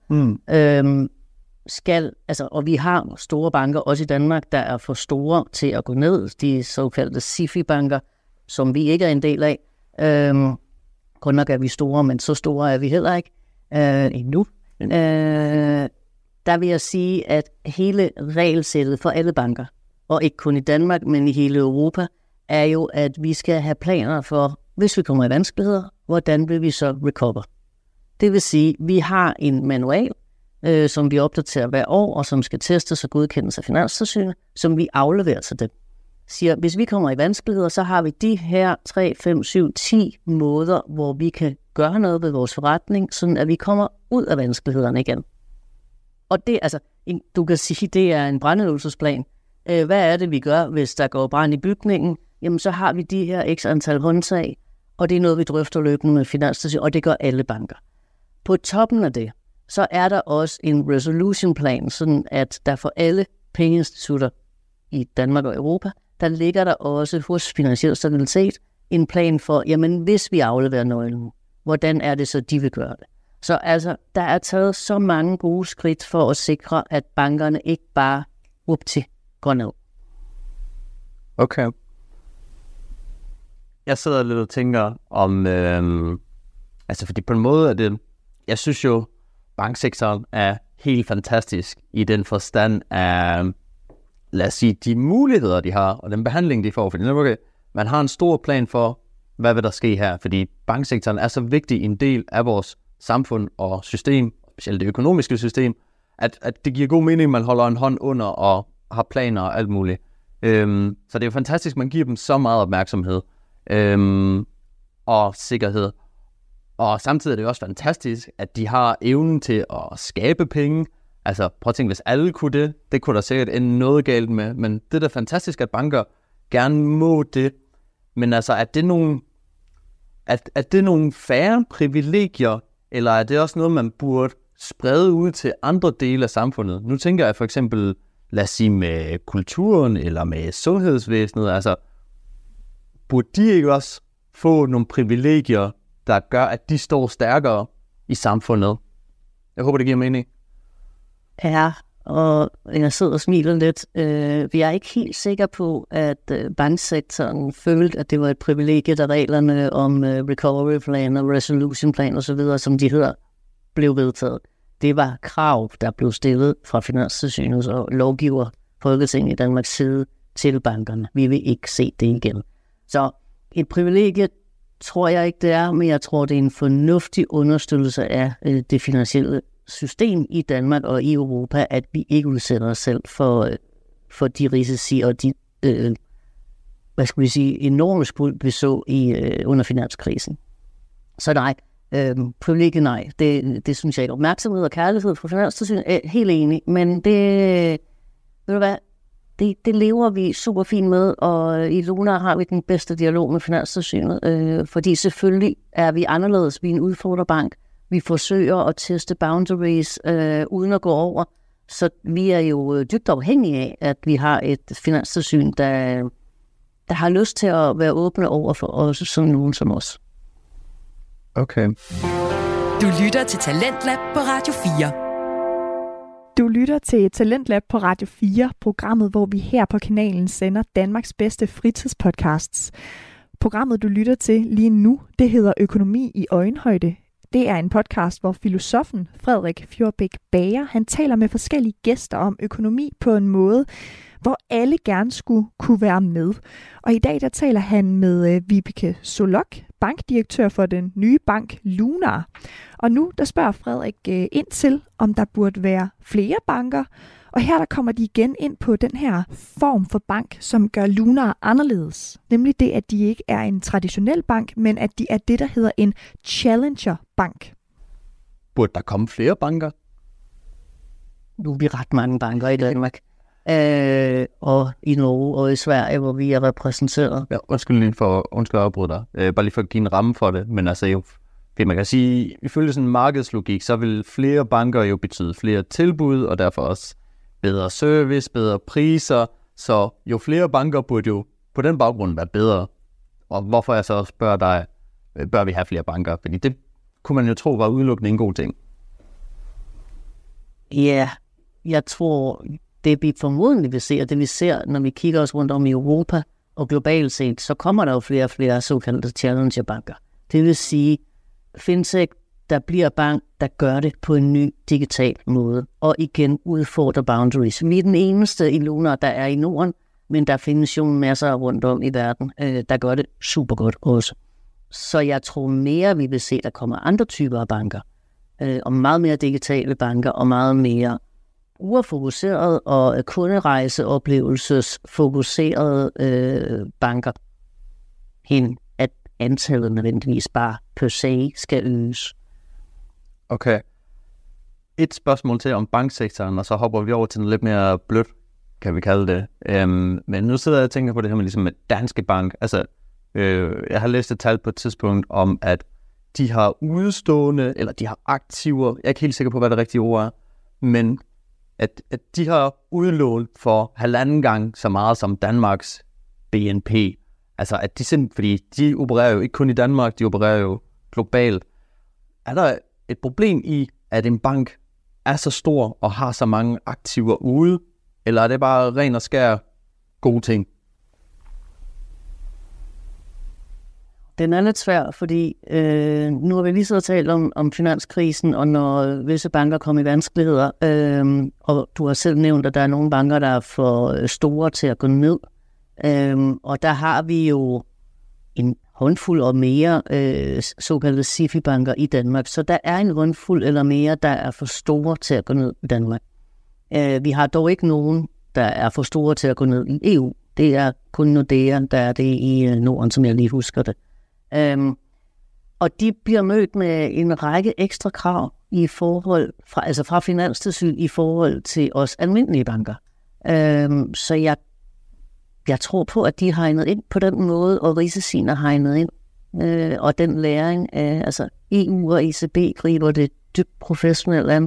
og vi har store banker, også i Danmark, der er for store til at gå ned, de såkaldte SIFI-banker, som vi ikke er en del af. Kun nok er vi store, men så store er vi heller ikke endnu. Der vil jeg sige, at hele regelsættet for alle banker, og ikke kun i Danmark, men i hele Europa, er jo, at vi skal have planer for, hvis vi kommer i vanskeligheder, hvordan vil vi så recover? Det vil sige, at vi har en manual, som vi opdaterer hver år, og som skal testes og godkendes af Finanstilsynet, som vi afleverer til dem. Siger, hvis vi kommer i vanskeligheder, så har vi de her 3, 5, 7, 10 måder, hvor vi kan gøre noget ved vores forretning, sådan at vi kommer ud af vanskelighederne igen. Og det, du kan sige, det er en brandøvelsesplan. Hvad er det, vi gør, hvis der går brand i bygningen? Jamen, så har vi de her x antal håndtag, og det er noget, vi drøfter løbende med Finanstilsynet, og det gør alle banker. På toppen af det, så er der også en resolution plan, sådan at der for alle pengeinstitutter i Danmark og Europa, der ligger der også hos Finansiel Stabilitet en plan for, jamen hvis vi afleverer nøglen, hvordan er det så, de vil gøre det? Så altså, der er taget så mange gode skridt for at sikre, at bankerne ikke bare går ned. Okay. Jeg sidder lidt og tænker om, fordi på en måde er det, jeg synes jo, banksektoren er helt fantastisk i den forstand af, lad os sige, de muligheder, de har, og den behandling, de får. Fordi okay, man har en stor plan for, hvad vil der ske her, fordi banksektoren er så vigtig en del af vores samfund og system, specielt det økonomiske system, at det giver god mening, at man holder en hånd under og har planer og alt muligt. Så det er jo fantastisk, at man giver dem så meget opmærksomhed og sikkerhed. Og samtidig er det jo også fantastisk, at de har evnen til at skabe penge. Altså prøv at tænke, hvis alle kunne det kunne der sikkert ende noget galt med. Men det er da fantastisk, at banker gerne må det. Men altså, er det nogle færre privilegier, eller er det også noget, man burde sprede ud til andre dele af samfundet? Nu tænker jeg for eksempel, lad os sige med kulturen eller med sundhedsvæsenet. Altså, burde de ikke også få nogle privilegier, der gør, at de står stærkere i samfundet? Jeg håber, det giver mening. Ja, og jeg sidder og smiler lidt. Vi er ikke helt sikre på, at banksektoren følte, at det var et privilegie, da reglerne om recovery plan og resolution plan osv., som de hedder, blev vedtaget. Det var krav, der blev stillet fra Finanstilsynet og lovgiver Folketinget i Danmarks side til bankerne. Vi vil ikke se det igen. Så et privilegie tror jeg ikke, det er, men jeg tror, det er en fornuftig understøttelse af det finansielle system i Danmark og i Europa, at vi ikke udsætter os selv for de risici og de enorme skuld, vi så under finanskrisen. Så nej, privilegie nej, det synes jeg ikke. Opmærksomhed og kærlighed fra Finanstilsynet er helt enig, men det, ved du hvad, det lever vi super fint med, og i Lunar har vi den bedste dialog med Finanstilsynet, fordi selvfølgelig er vi anderledes, vi er en udfordrerbank. Vi forsøger at teste boundaries uden at gå over, så vi er jo dybt afhængige af, at vi har et finanstilsyn, der har lyst til at være åbne over for os, som nogen som os. Okay. Du lytter til Talentlab på Radio 4. Du lytter til Talentlab på Radio 4, programmet, hvor vi her på kanalen sender Danmarks bedste fritidspodcasts. Programmet, du lytter til lige nu, det hedder Økonomi i øjenhøjde. Det er en podcast, hvor filosofen Frederik Fjordbæk Bager, han taler med forskellige gæster om økonomi på en måde, hvor alle gerne skulle kunne være med. Og i dag der taler han med Vibeke Solok, bankdirektør for den nye bank Lunar. Og nu der spørger Frederik ind til, om der burde være flere banker. Og her der kommer de igen ind på den her form for bank, som gør Lunar anderledes. Nemlig det, at de ikke er en traditionel bank, men at de er det, der hedder en challenger-bank. Burde der komme flere banker? Nu er vi ret mange banker i Danmark. Og i Norge og i Sverige, hvor vi er repræsenteret. Ja, undskyld at afbryde dig. Bare lige for at give en ramme for det. Men altså jo, man kan sige, ifølge sådan en markedslogik, så vil flere banker jo betyde flere tilbud, og derfor også bedre service, bedre priser. Så jo flere banker burde jo på den baggrund være bedre. Og hvorfor jeg så spørger dig, bør vi have flere banker? Fordi det kunne man jo tro var udelukkende en god ting. Ja, jeg tror, det vi formodentlig vil se, og det vi ser, når vi kigger os rundt om i Europa og globalt set, så kommer der jo flere og flere såkaldte challenger-banker. Det vil sige, fintech, der bliver bank, der gør det på en ny digital måde, og igen udfordrer boundaries. Vi er den eneste i Lunar, der er i Norden, men der findes jo masser rundt om i verden, der gør det super godt også. Så jeg tror mere, vi vil se, der kommer andre typer af banker, og meget mere digitale banker, og meget mere brugerfokuserede og kunderejseoplevelsesfokuserede banker, hen at antallet nødvendigvis bare per se skal øges. Okay. et spørgsmål til om banksektoren, og så hopper vi over til noget lidt mere blødt, kan vi kalde det. Men nu sidder jeg og tænker på det her med, ligesom med Danske Bank. Altså, jeg har læst et tal på et tidspunkt om, at de har udstående, eller de har aktiver, jeg er ikke helt sikker på, hvad det rigtige ord er, men at de har udlån for 1,5 gang så meget som Danmarks BNP. Altså, at fordi de opererer jo ikke kun i Danmark, de opererer jo globalt. Er der et problem i, at en bank er så stor og har så mange aktiver ude, eller er det bare ren og skær gode ting? Den er lidt svær, fordi nu har vi lige så talt om finanskrisen, og når visse banker kommer i vanskeligheder, og du har selv nævnt, at der er nogle banker, der er for store til at gå ned, og der har vi jo en håndfuld og mere såkaldte SIFI-banker i Danmark, så der er en håndfuld eller mere, der er for store til at gå ned i Danmark. Vi har dog ikke nogen, der er for store til at gå ned i EU. Det er kun Nordea, der er det i Norden, som jeg lige husker det. Og de bliver mødt med en række ekstra krav i forhold fra Finanstilsynet i forhold til os almindelige banker. Så jeg tror på, at de har hegnet ind på den måde, og risiciene har hegnet ind. Og den læring, altså EU og ECB griber det dybt professionelt an.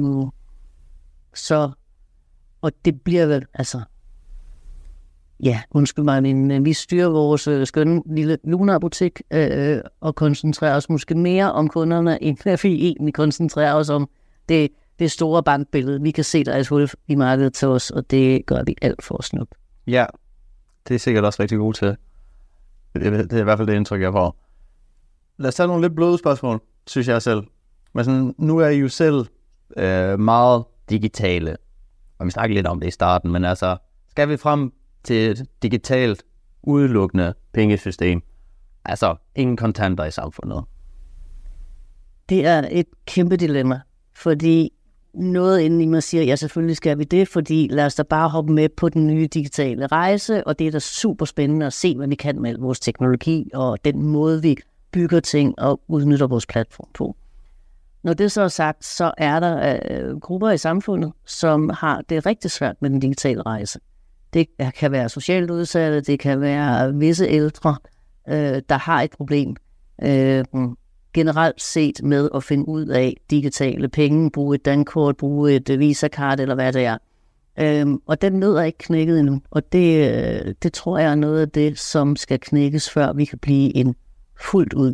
Og det bliver vel, altså, ja, undskyld mig, men vi styrer vores skønne lille Lunar-butik og koncentrerer os måske mere om kunderne, end hvad vi egentlig koncentrerer os om det store bankbillede. Vi kan se, der er et hul i markedet til os, og det gør vi alt for snup. Ja, det er sikkert også rigtig god til. Det er i hvert fald det indtryk, jeg får. Lad os tage nogle lidt bløde spørgsmål, synes jeg selv. Men sådan, nu er I jo selv meget digitale, og vi snakker lidt om det i starten, men altså, skal vi frem til et digitalt udelukkende pengesystem? Altså, ingen kontanter i samfundet. Det er et kæmpe dilemma, fordi noget inden i mig siger, ja, selvfølgelig skal vi det, fordi lad os da bare hoppe med på den nye digitale rejse, og det er da super spændende at se, hvad vi kan med vores teknologi, og den måde, vi bygger ting og udnytter vores platform på. Når det så er sagt, så er der grupper i samfundet, som har det rigtig svært med den digitale rejse. Det kan være socialt udsatte, det kan være visse ældre, der har et problem generelt set med at finde ud af digitale penge, bruge et dankort, bruge et visakort eller hvad det er. Og den nød er ikke knækket endnu, og det tror jeg er noget af det, som skal knækkes, før vi kan blive en fuldt ud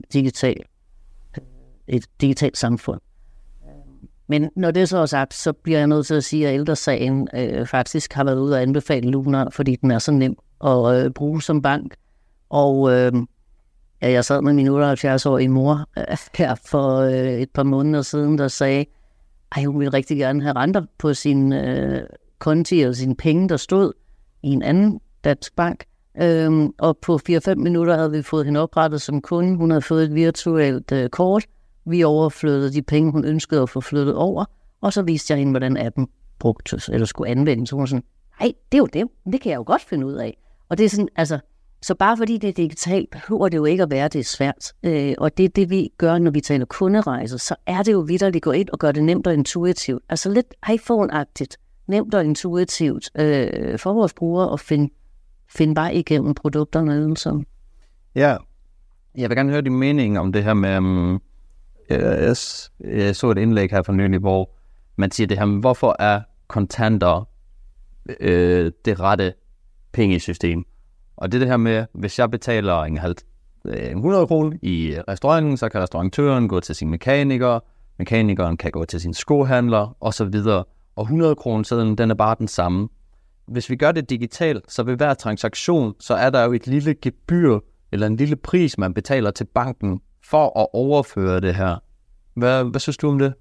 et digitalt samfund. Men når det så er sagt, så bliver jeg nødt til at sige, at Ældresagen faktisk har været ude og anbefale Lunar, fordi den er så nem at bruge som bank. Og jeg sad med min 78-årige mor her for et par måneder siden, der sagde, at hun ville rigtig gerne have renter på sin konti eller sine penge, der stod i en anden dansk bank. Og på 4-5 minutter havde vi fået hende oprettet som kunde. Hun havde fået et virtuelt kort. Vi overflyttede de penge, hun ønskede at få flyttet over, og så viste jeg hende, hvordan appen brugtes, eller skulle anvendes. Så hun var sådan, nej, det er jo det kan jeg jo godt finde ud af. Og det er sådan, altså, så bare fordi det er digitalt, behøver det jo ikke at være, det er svært. Og det er det, vi gør, når vi taler kunderejser, så er det jo vitterligt at gå ind og gøre det nemt og intuitivt. Altså lidt iPhone-agtigt, nemt og intuitivt for vores brugere at finde vej igennem produkterne og ydelserne. Ja, jeg vil gerne høre din mening om det her med, jeg så et indlæg her for nylig, hvor man siger det her, hvorfor er kontanter det rette pengesystem? Og det her med, hvis jeg betaler 100 kroner i restauranten, så kan restauratøren gå til sin mekaniker, mekanikeren kan gå til sin skohandler, og så videre. Og 100 kroner sedlen, den er bare den samme. Hvis vi gør det digitalt, så ved hver transaktion, så er der jo et lille gebyr, eller en lille pris, man betaler til banken, for at overføre det her. Hvad synes du om det?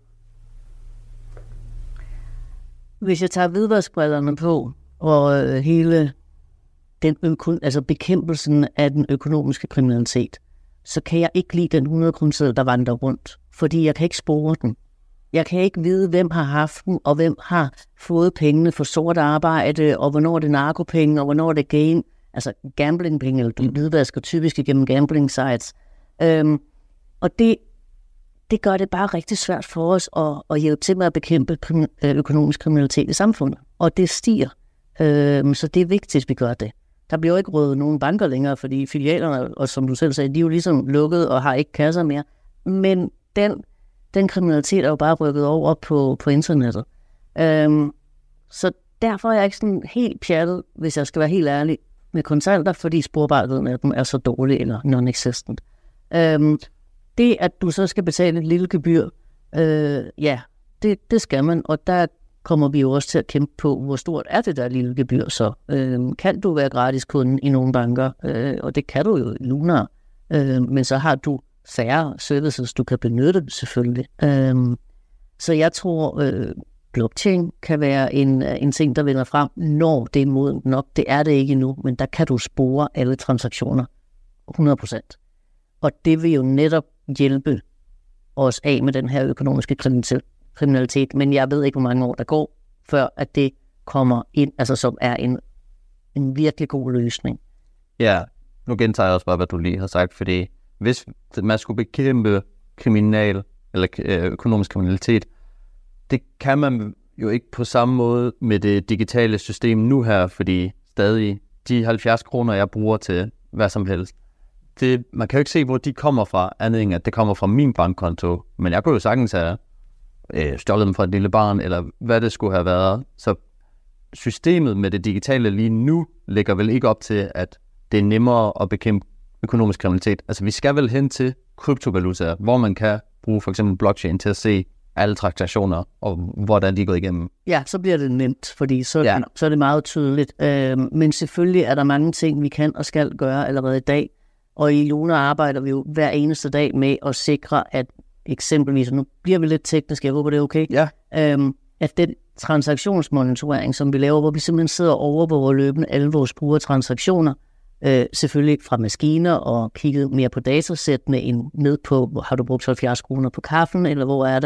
Hvis jeg tager hvidvaskbrillerne på, og hele bekæmpelsen af den økonomiske kriminalitet, så kan jeg ikke lide den 100 kroneseddel, der vandrer rundt, fordi jeg kan ikke spore den. Jeg kan ikke vide, hvem har haft den, og hvem har fået pengene for sort arbejde, og hvornår det er narkopenge, og hvornår det er game, altså gamblingpenge, eller hvidvasker typisk igennem gambling sites. Og det det gør det bare rigtig svært for os at hjælpe til med at bekæmpe økonomisk kriminalitet i samfundet. Og det stiger. Så det er vigtigt, at vi gør det. Der bliver jo ikke røget nogen banker længere, fordi filialerne, og som du selv sagde, de er jo ligesom lukket og har ikke kasser mere. Men den kriminalitet er jo bare rykket over på internettet. Så derfor er jeg ikke sådan helt pjattet, hvis jeg skal være helt ærlig, med kontanter, fordi sporbarheden af dem er så dårlig eller non-existent. Det, at du så skal betale et lille gebyr, det skal man, og der kommer vi jo også til at kæmpe på, hvor stort er det der lille gebyr så. Kan du være gratis kunde i nogle banker, og det kan du jo i Lunar, men så har du færre services, du kan benytte selvfølgelig. Så jeg tror, blockchain kan være en ting, der vender frem, når det er modent nok. Det er det ikke endnu, men der kan du spore alle transaktioner 100%. Og det vil jo netop hjælpe os af med den her økonomiske kriminalitet, men jeg ved ikke, hvor mange år der går, før at det kommer ind, altså som er en virkelig god løsning. Ja, nu gentager jeg også bare, hvad du lige har sagt, fordi hvis man skulle bekæmpe økonomisk kriminalitet, det kan man jo ikke på samme måde med det digitale system nu her, fordi stadig de 70 kroner, jeg bruger til hvad som helst, man kan jo ikke se, hvor de kommer fra, andet end at det kommer fra min bankkonto, men jeg kunne jo sagtens have stjålet dem fra et lille barn, eller hvad det skulle have været. Så systemet med det digitale lige nu ligger vel ikke op til, at det er nemmere at bekæmpe økonomisk kriminalitet. Altså vi skal vel hen til kryptovalutaer, hvor man kan bruge for eksempel blockchain til at se alle transaktioner, og hvordan de går igennem. Ja, så bliver det nemt, fordi så er det meget tydeligt. Men selvfølgelig er der mange ting, vi kan og skal gøre allerede i dag. Og i Lunar arbejder vi jo hver eneste dag med at sikre, at eksempelvis, og nu bliver vi lidt teknisk, jeg håber det er okay, at den transaktionsmonitorering, som vi laver, hvor vi simpelthen sidder og overvåger løbende alle vores brugertransaktioner, selvfølgelig fra maskiner og kigget mere på datasættene end ned på, har du brugt 70 kroner på kaffen, eller hvor er det?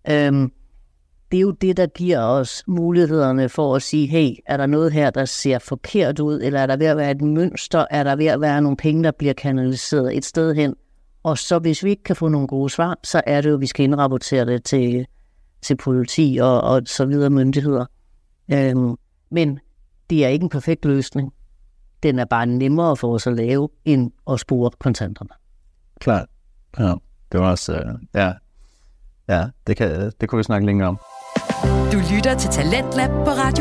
Det er jo det, der giver os mulighederne for at sige, hey, er der noget her, der ser forkert ud, eller er der ved at være et mønster, er der ved at være nogle penge, der bliver kanaliseret et sted hen? Og så hvis vi ikke kan få nogle gode svar, så er det jo, at vi skal indrapportere det til politi og så videre myndigheder. Men det er ikke en perfekt løsning. Den er bare nemmere for os at lave, end at spore kontanterne. Klart. Ja, det var også... Ja, det kunne vi snakke længere om. Du lytter til Talentlab på Radio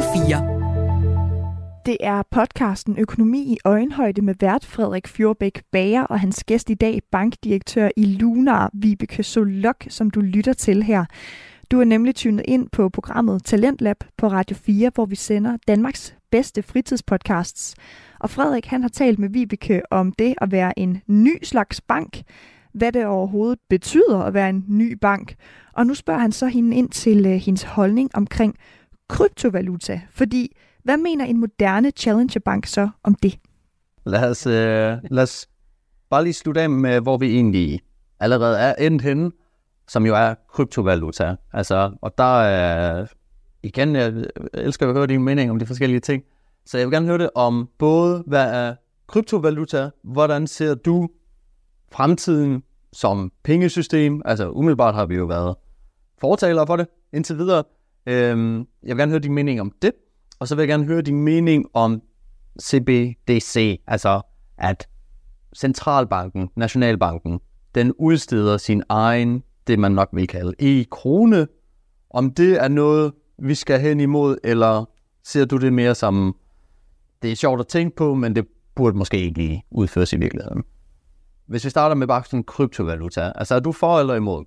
4. Det er podcasten Økonomi i øjenhøjde med vært Frederik Fjordbæk Bager og hans gæst i dag, bankdirektør i Lunar, Vibeke Solok, som du lytter til her. Du er nemlig tunet ind på programmet Talentlab på Radio 4, hvor vi sender Danmarks bedste fritidspodcasts. Og Frederik, han har talt med Vibeke om det at være en ny slags bank, hvad det overhovedet betyder at være en ny bank. Og nu spørger han så hende ind til hendes holdning omkring kryptovaluta. Fordi, hvad mener en moderne challengerbank så om det? Lad os bare lige slutte af med, hvor vi egentlig allerede er endt henne, som jo er kryptovaluta. Altså, og der er... Igen, jeg elsker at høre dine meninger om de forskellige ting. Så jeg vil gerne høre det om både, hvad er kryptovaluta, hvordan ser du fremtiden som pengesystem, altså umiddelbart har vi jo været fortalere for det indtil videre. Jeg vil gerne høre din mening om det, og så vil jeg gerne høre din mening om CBDC, altså at centralbanken, Nationalbanken, den udsteder sin egen, det man nok vil kalde e-krone. Om det er noget, vi skal hen imod, eller ser du det mere som, det er sjovt at tænke på, men det burde måske ikke lige udføres i virkeligheden? Hvis vi starter med bare sådan kryptovaluta, altså er du for eller imod?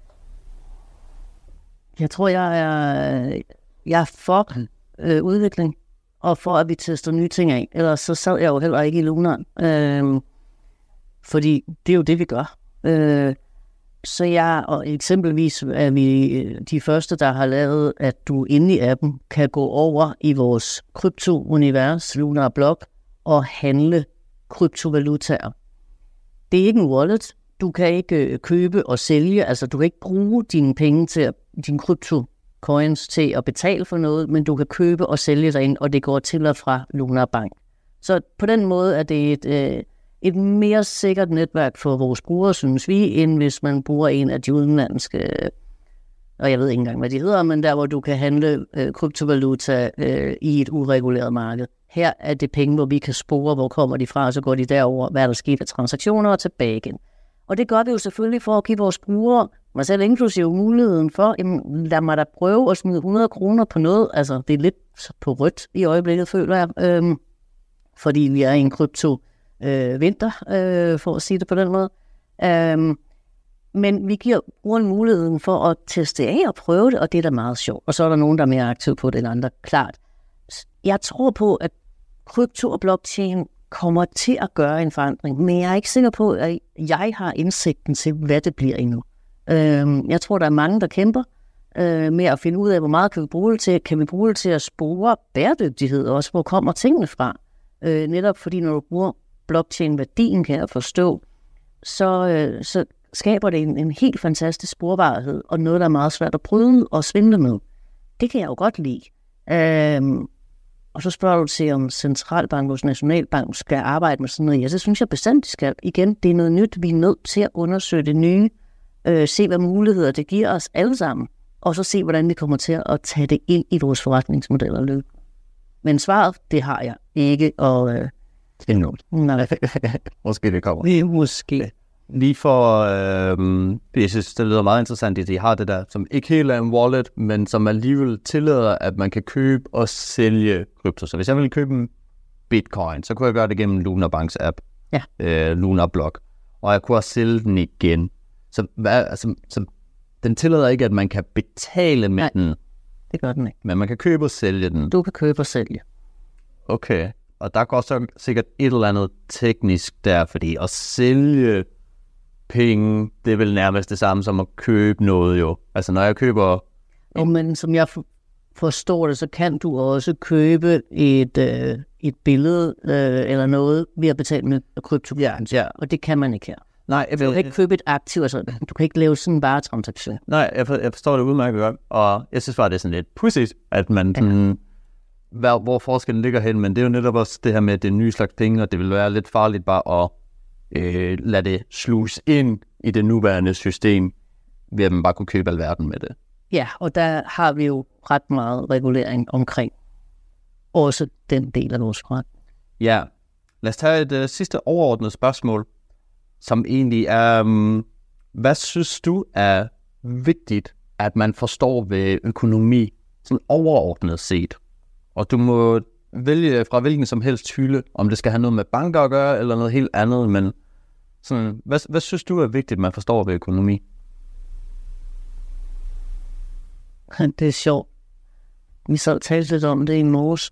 Jeg tror, jeg er for udvikling, og for at vi tester nye ting af. Ellers så sad jeg jo heller ikke i Lunar. Fordi det er jo det, vi gør. Og eksempelvis er vi de første, der har lavet, at du inde i appen kan gå over i vores krypto-univers, Lunar Block, og handle kryptovalutaer. Det er ikke en wallet. Du kan ikke købe og sælge, altså du kan ikke bruge dine penge til dine krypto-coins til at betale for noget, men du kan købe og sælge derinde, og det går til og fra Lunar Bank. Så på den måde er det et mere sikkert netværk for vores brugere, synes vi, end hvis man bruger en af de udenlandske, og jeg ved ikke engang, hvad de hedder, men der, hvor du kan handle kryptovaluta i et ureguleret marked. Her er det penge, hvor vi kan spore, hvor kommer de fra, og så går de derover, hvad der sker af transaktioner og tilbage igen. Og det gør vi jo selvfølgelig for at give vores brugere, mig selv inklusive, muligheden for, jamen, lad mig da prøve at smide 100 kroner på noget. Altså, det er lidt på rødt i øjeblikket, føler jeg, fordi vi er i en krypto-vinter, for at sige det på den måde. Men vi giver brugeren muligheden for at teste af og prøve det, og det er da meget sjovt. Og så er der nogen, der er mere aktive på det end andre, klart. Jeg tror på, at krypto og blockchain kommer til at gøre en forandring, men jeg er ikke sikker på, at jeg har indsigten til, hvad det bliver endnu. Jeg tror, der er mange, der kæmper med at finde ud af, hvor meget kan vi bruge det til. Kan vi bruge det til at spore bæredygtighed også? Hvor kommer tingene fra? Netop fordi, når du bruger blockchain-værdien, kan jeg forstå, så skaber det en helt fantastisk sporbarhed, og noget, der er meget svært at bryde og svindle med. Det kan jeg jo godt lide. Og så spørger du til, om Centralbank og Nationalbank skal arbejde med sådan noget. Ja, så synes jeg bestemt, de skal. Igen, det er noget nyt. Vi er nødt til at undersøge det nye. Se, hvad muligheder det giver os alle sammen. Og så se, hvordan vi kommer til at tage det ind i vores forretningsmodeller løbende. Men svaret, det har jeg ikke. Og det er noget. Nej. Måske det kommer. Det er måske. Lige for, jeg synes, det lyder meget interessant, at de har det der, som ikke helt er en wallet, men som alligevel tillader, at man kan købe og sælge krypto. Så hvis jeg vil købe en bitcoin, så kunne jeg gøre det gennem Lunar Banks app, Lunar Block, og jeg kunne også sælge den igen. Så den tillader ikke, at man kan betale med den. Det gør den ikke. Men man kan købe og sælge den. Du kan købe og sælge. Okay, og der går så sikkert et eller andet teknisk der, fordi at sælge penge, det er vel nærmest det samme som at købe noget jo. Altså når jeg køber... Men som jeg forstår det, så kan du også købe et billede eller noget ved at betale med kryptovaluta. Ja. Og det kan man ikke her. Nej, du kan ikke købe et aktiv, altså du kan ikke lave sådan en varetransaktion. Nej, jeg forstår det udmærket godt, og jeg synes bare, det er sådan lidt pudsigt, at man sådan, hvor forskellen ligger hen, men det er jo netop også det her med, at det er en ny slags penge, og det vil være lidt farligt bare at lade det sluse ind i det nuværende system, ved at man bare kunne købe alverden med det. Ja, og der har vi jo ret meget regulering omkring også den del af vores forretning. Ja, lad os tage et sidste overordnet spørgsmål, som egentlig er, hvad synes du er vigtigt, at man forstår ved økonomi, sådan overordnet set? Og du må vælge fra hvilken som helst hylde, om det skal have noget med banker at gøre, eller noget helt andet, men sådan, hvad synes du er vigtigt, man forstår ved økonomi? Det er sjovt. Vi så talte lidt om det i morges.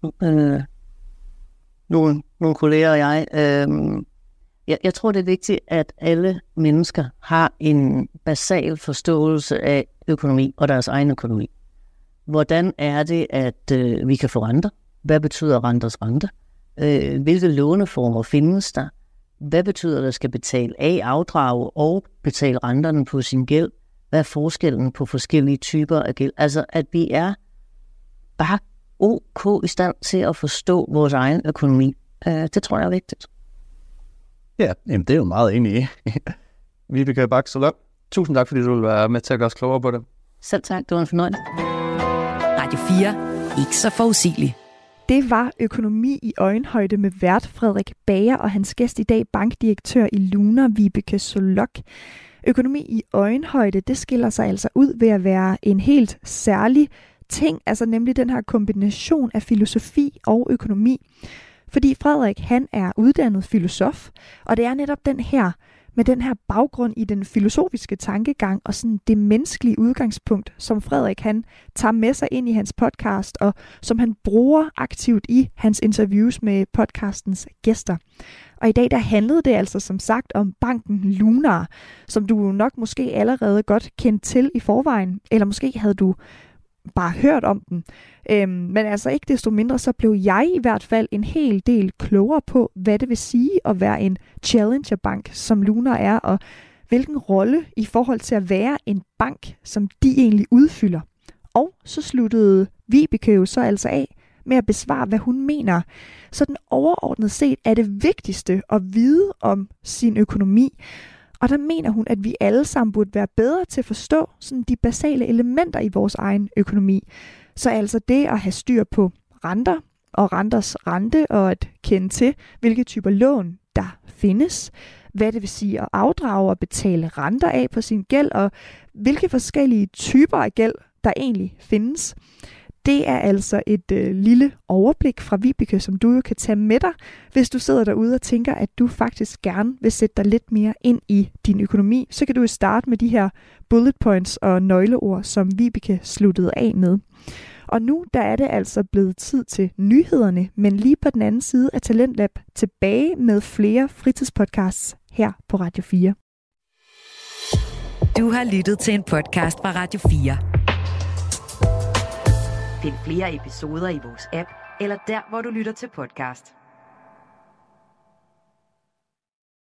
Nogle kolleger og jeg. Jeg tror, det er vigtigt, at alle mennesker har en basal forståelse af økonomi og deres egen økonomi. Hvordan er det, at vi kan få renter? Hvad betyder renters rente? Hvilke låneformer findes der? Hvad betyder det, at skal betale af, afdrage og betale renterne på sin gæld? Hvad er forskellen på forskellige typer af gæld? Altså, at vi er bare ok i stand til at forstå vores egen økonomi. Det tror jeg er vigtigt. Ja, jamen det er jo meget enig i. Vibeke Bak-Solom, tusind tak, fordi du vil være med til at gøre os klogere på det. Selv tak, det var en fornøjelse. Radio 4. Ikke så forudsigeligt. Det var økonomi i øjenhøjde med vært Frederik Bager og hans gæst i dag, bankdirektør i Lunar, Vibeke Solok. Økonomi i øjenhøjde, det skiller sig altså ud ved at være en helt særlig ting, altså nemlig den her kombination af filosofi og økonomi. Fordi Frederik, han er uddannet filosof, og det er netop med den her baggrund i den filosofiske tankegang og sådan det menneskelige udgangspunkt, som Frederik han tager med sig ind i hans podcast, og som han bruger aktivt i hans interviews med podcastens gæster. Og i dag der handlede det altså som sagt om banken Lunar, som du nok måske allerede godt kendte til i forvejen, eller måske havde du bare hørt om den. Men altså ikke desto mindre, så blev jeg i hvert fald en hel del klogere på, hvad det vil sige at være en challengerbank, som Lunar er, og hvilken rolle i forhold til at være en bank, som de egentlig udfylder. Og så sluttede Vibeke jo så altså af med at besvare, hvad hun mener. Så den overordnet set er det vigtigste at vide om sin økonomi. Og der mener hun, at vi alle sammen burde være bedre til at forstå sådan de basale elementer i vores egen økonomi. Så altså det at have styr på renter og renters rente og at kende til, hvilke typer lån der findes, hvad det vil sige at afdrage og betale renter af på sin gæld, og hvilke forskellige typer af gæld, der egentlig findes. Det er altså et lille overblik fra Vibeke, som du jo kan tage med dig, hvis du sidder derude og tænker, at du faktisk gerne vil sætte dig lidt mere ind i din økonomi. Så kan du jo starte med de her bullet points og nøgleord, som Vibeke sluttede af med. Og nu der er det altså blevet tid til nyhederne, men lige på den anden side er Talentlab tilbage med flere fritidspodcasts her på Radio 4. Du har lyttet til en podcast fra Radio 4. Find flere episoder i vores app, eller der, hvor du lytter til podcast.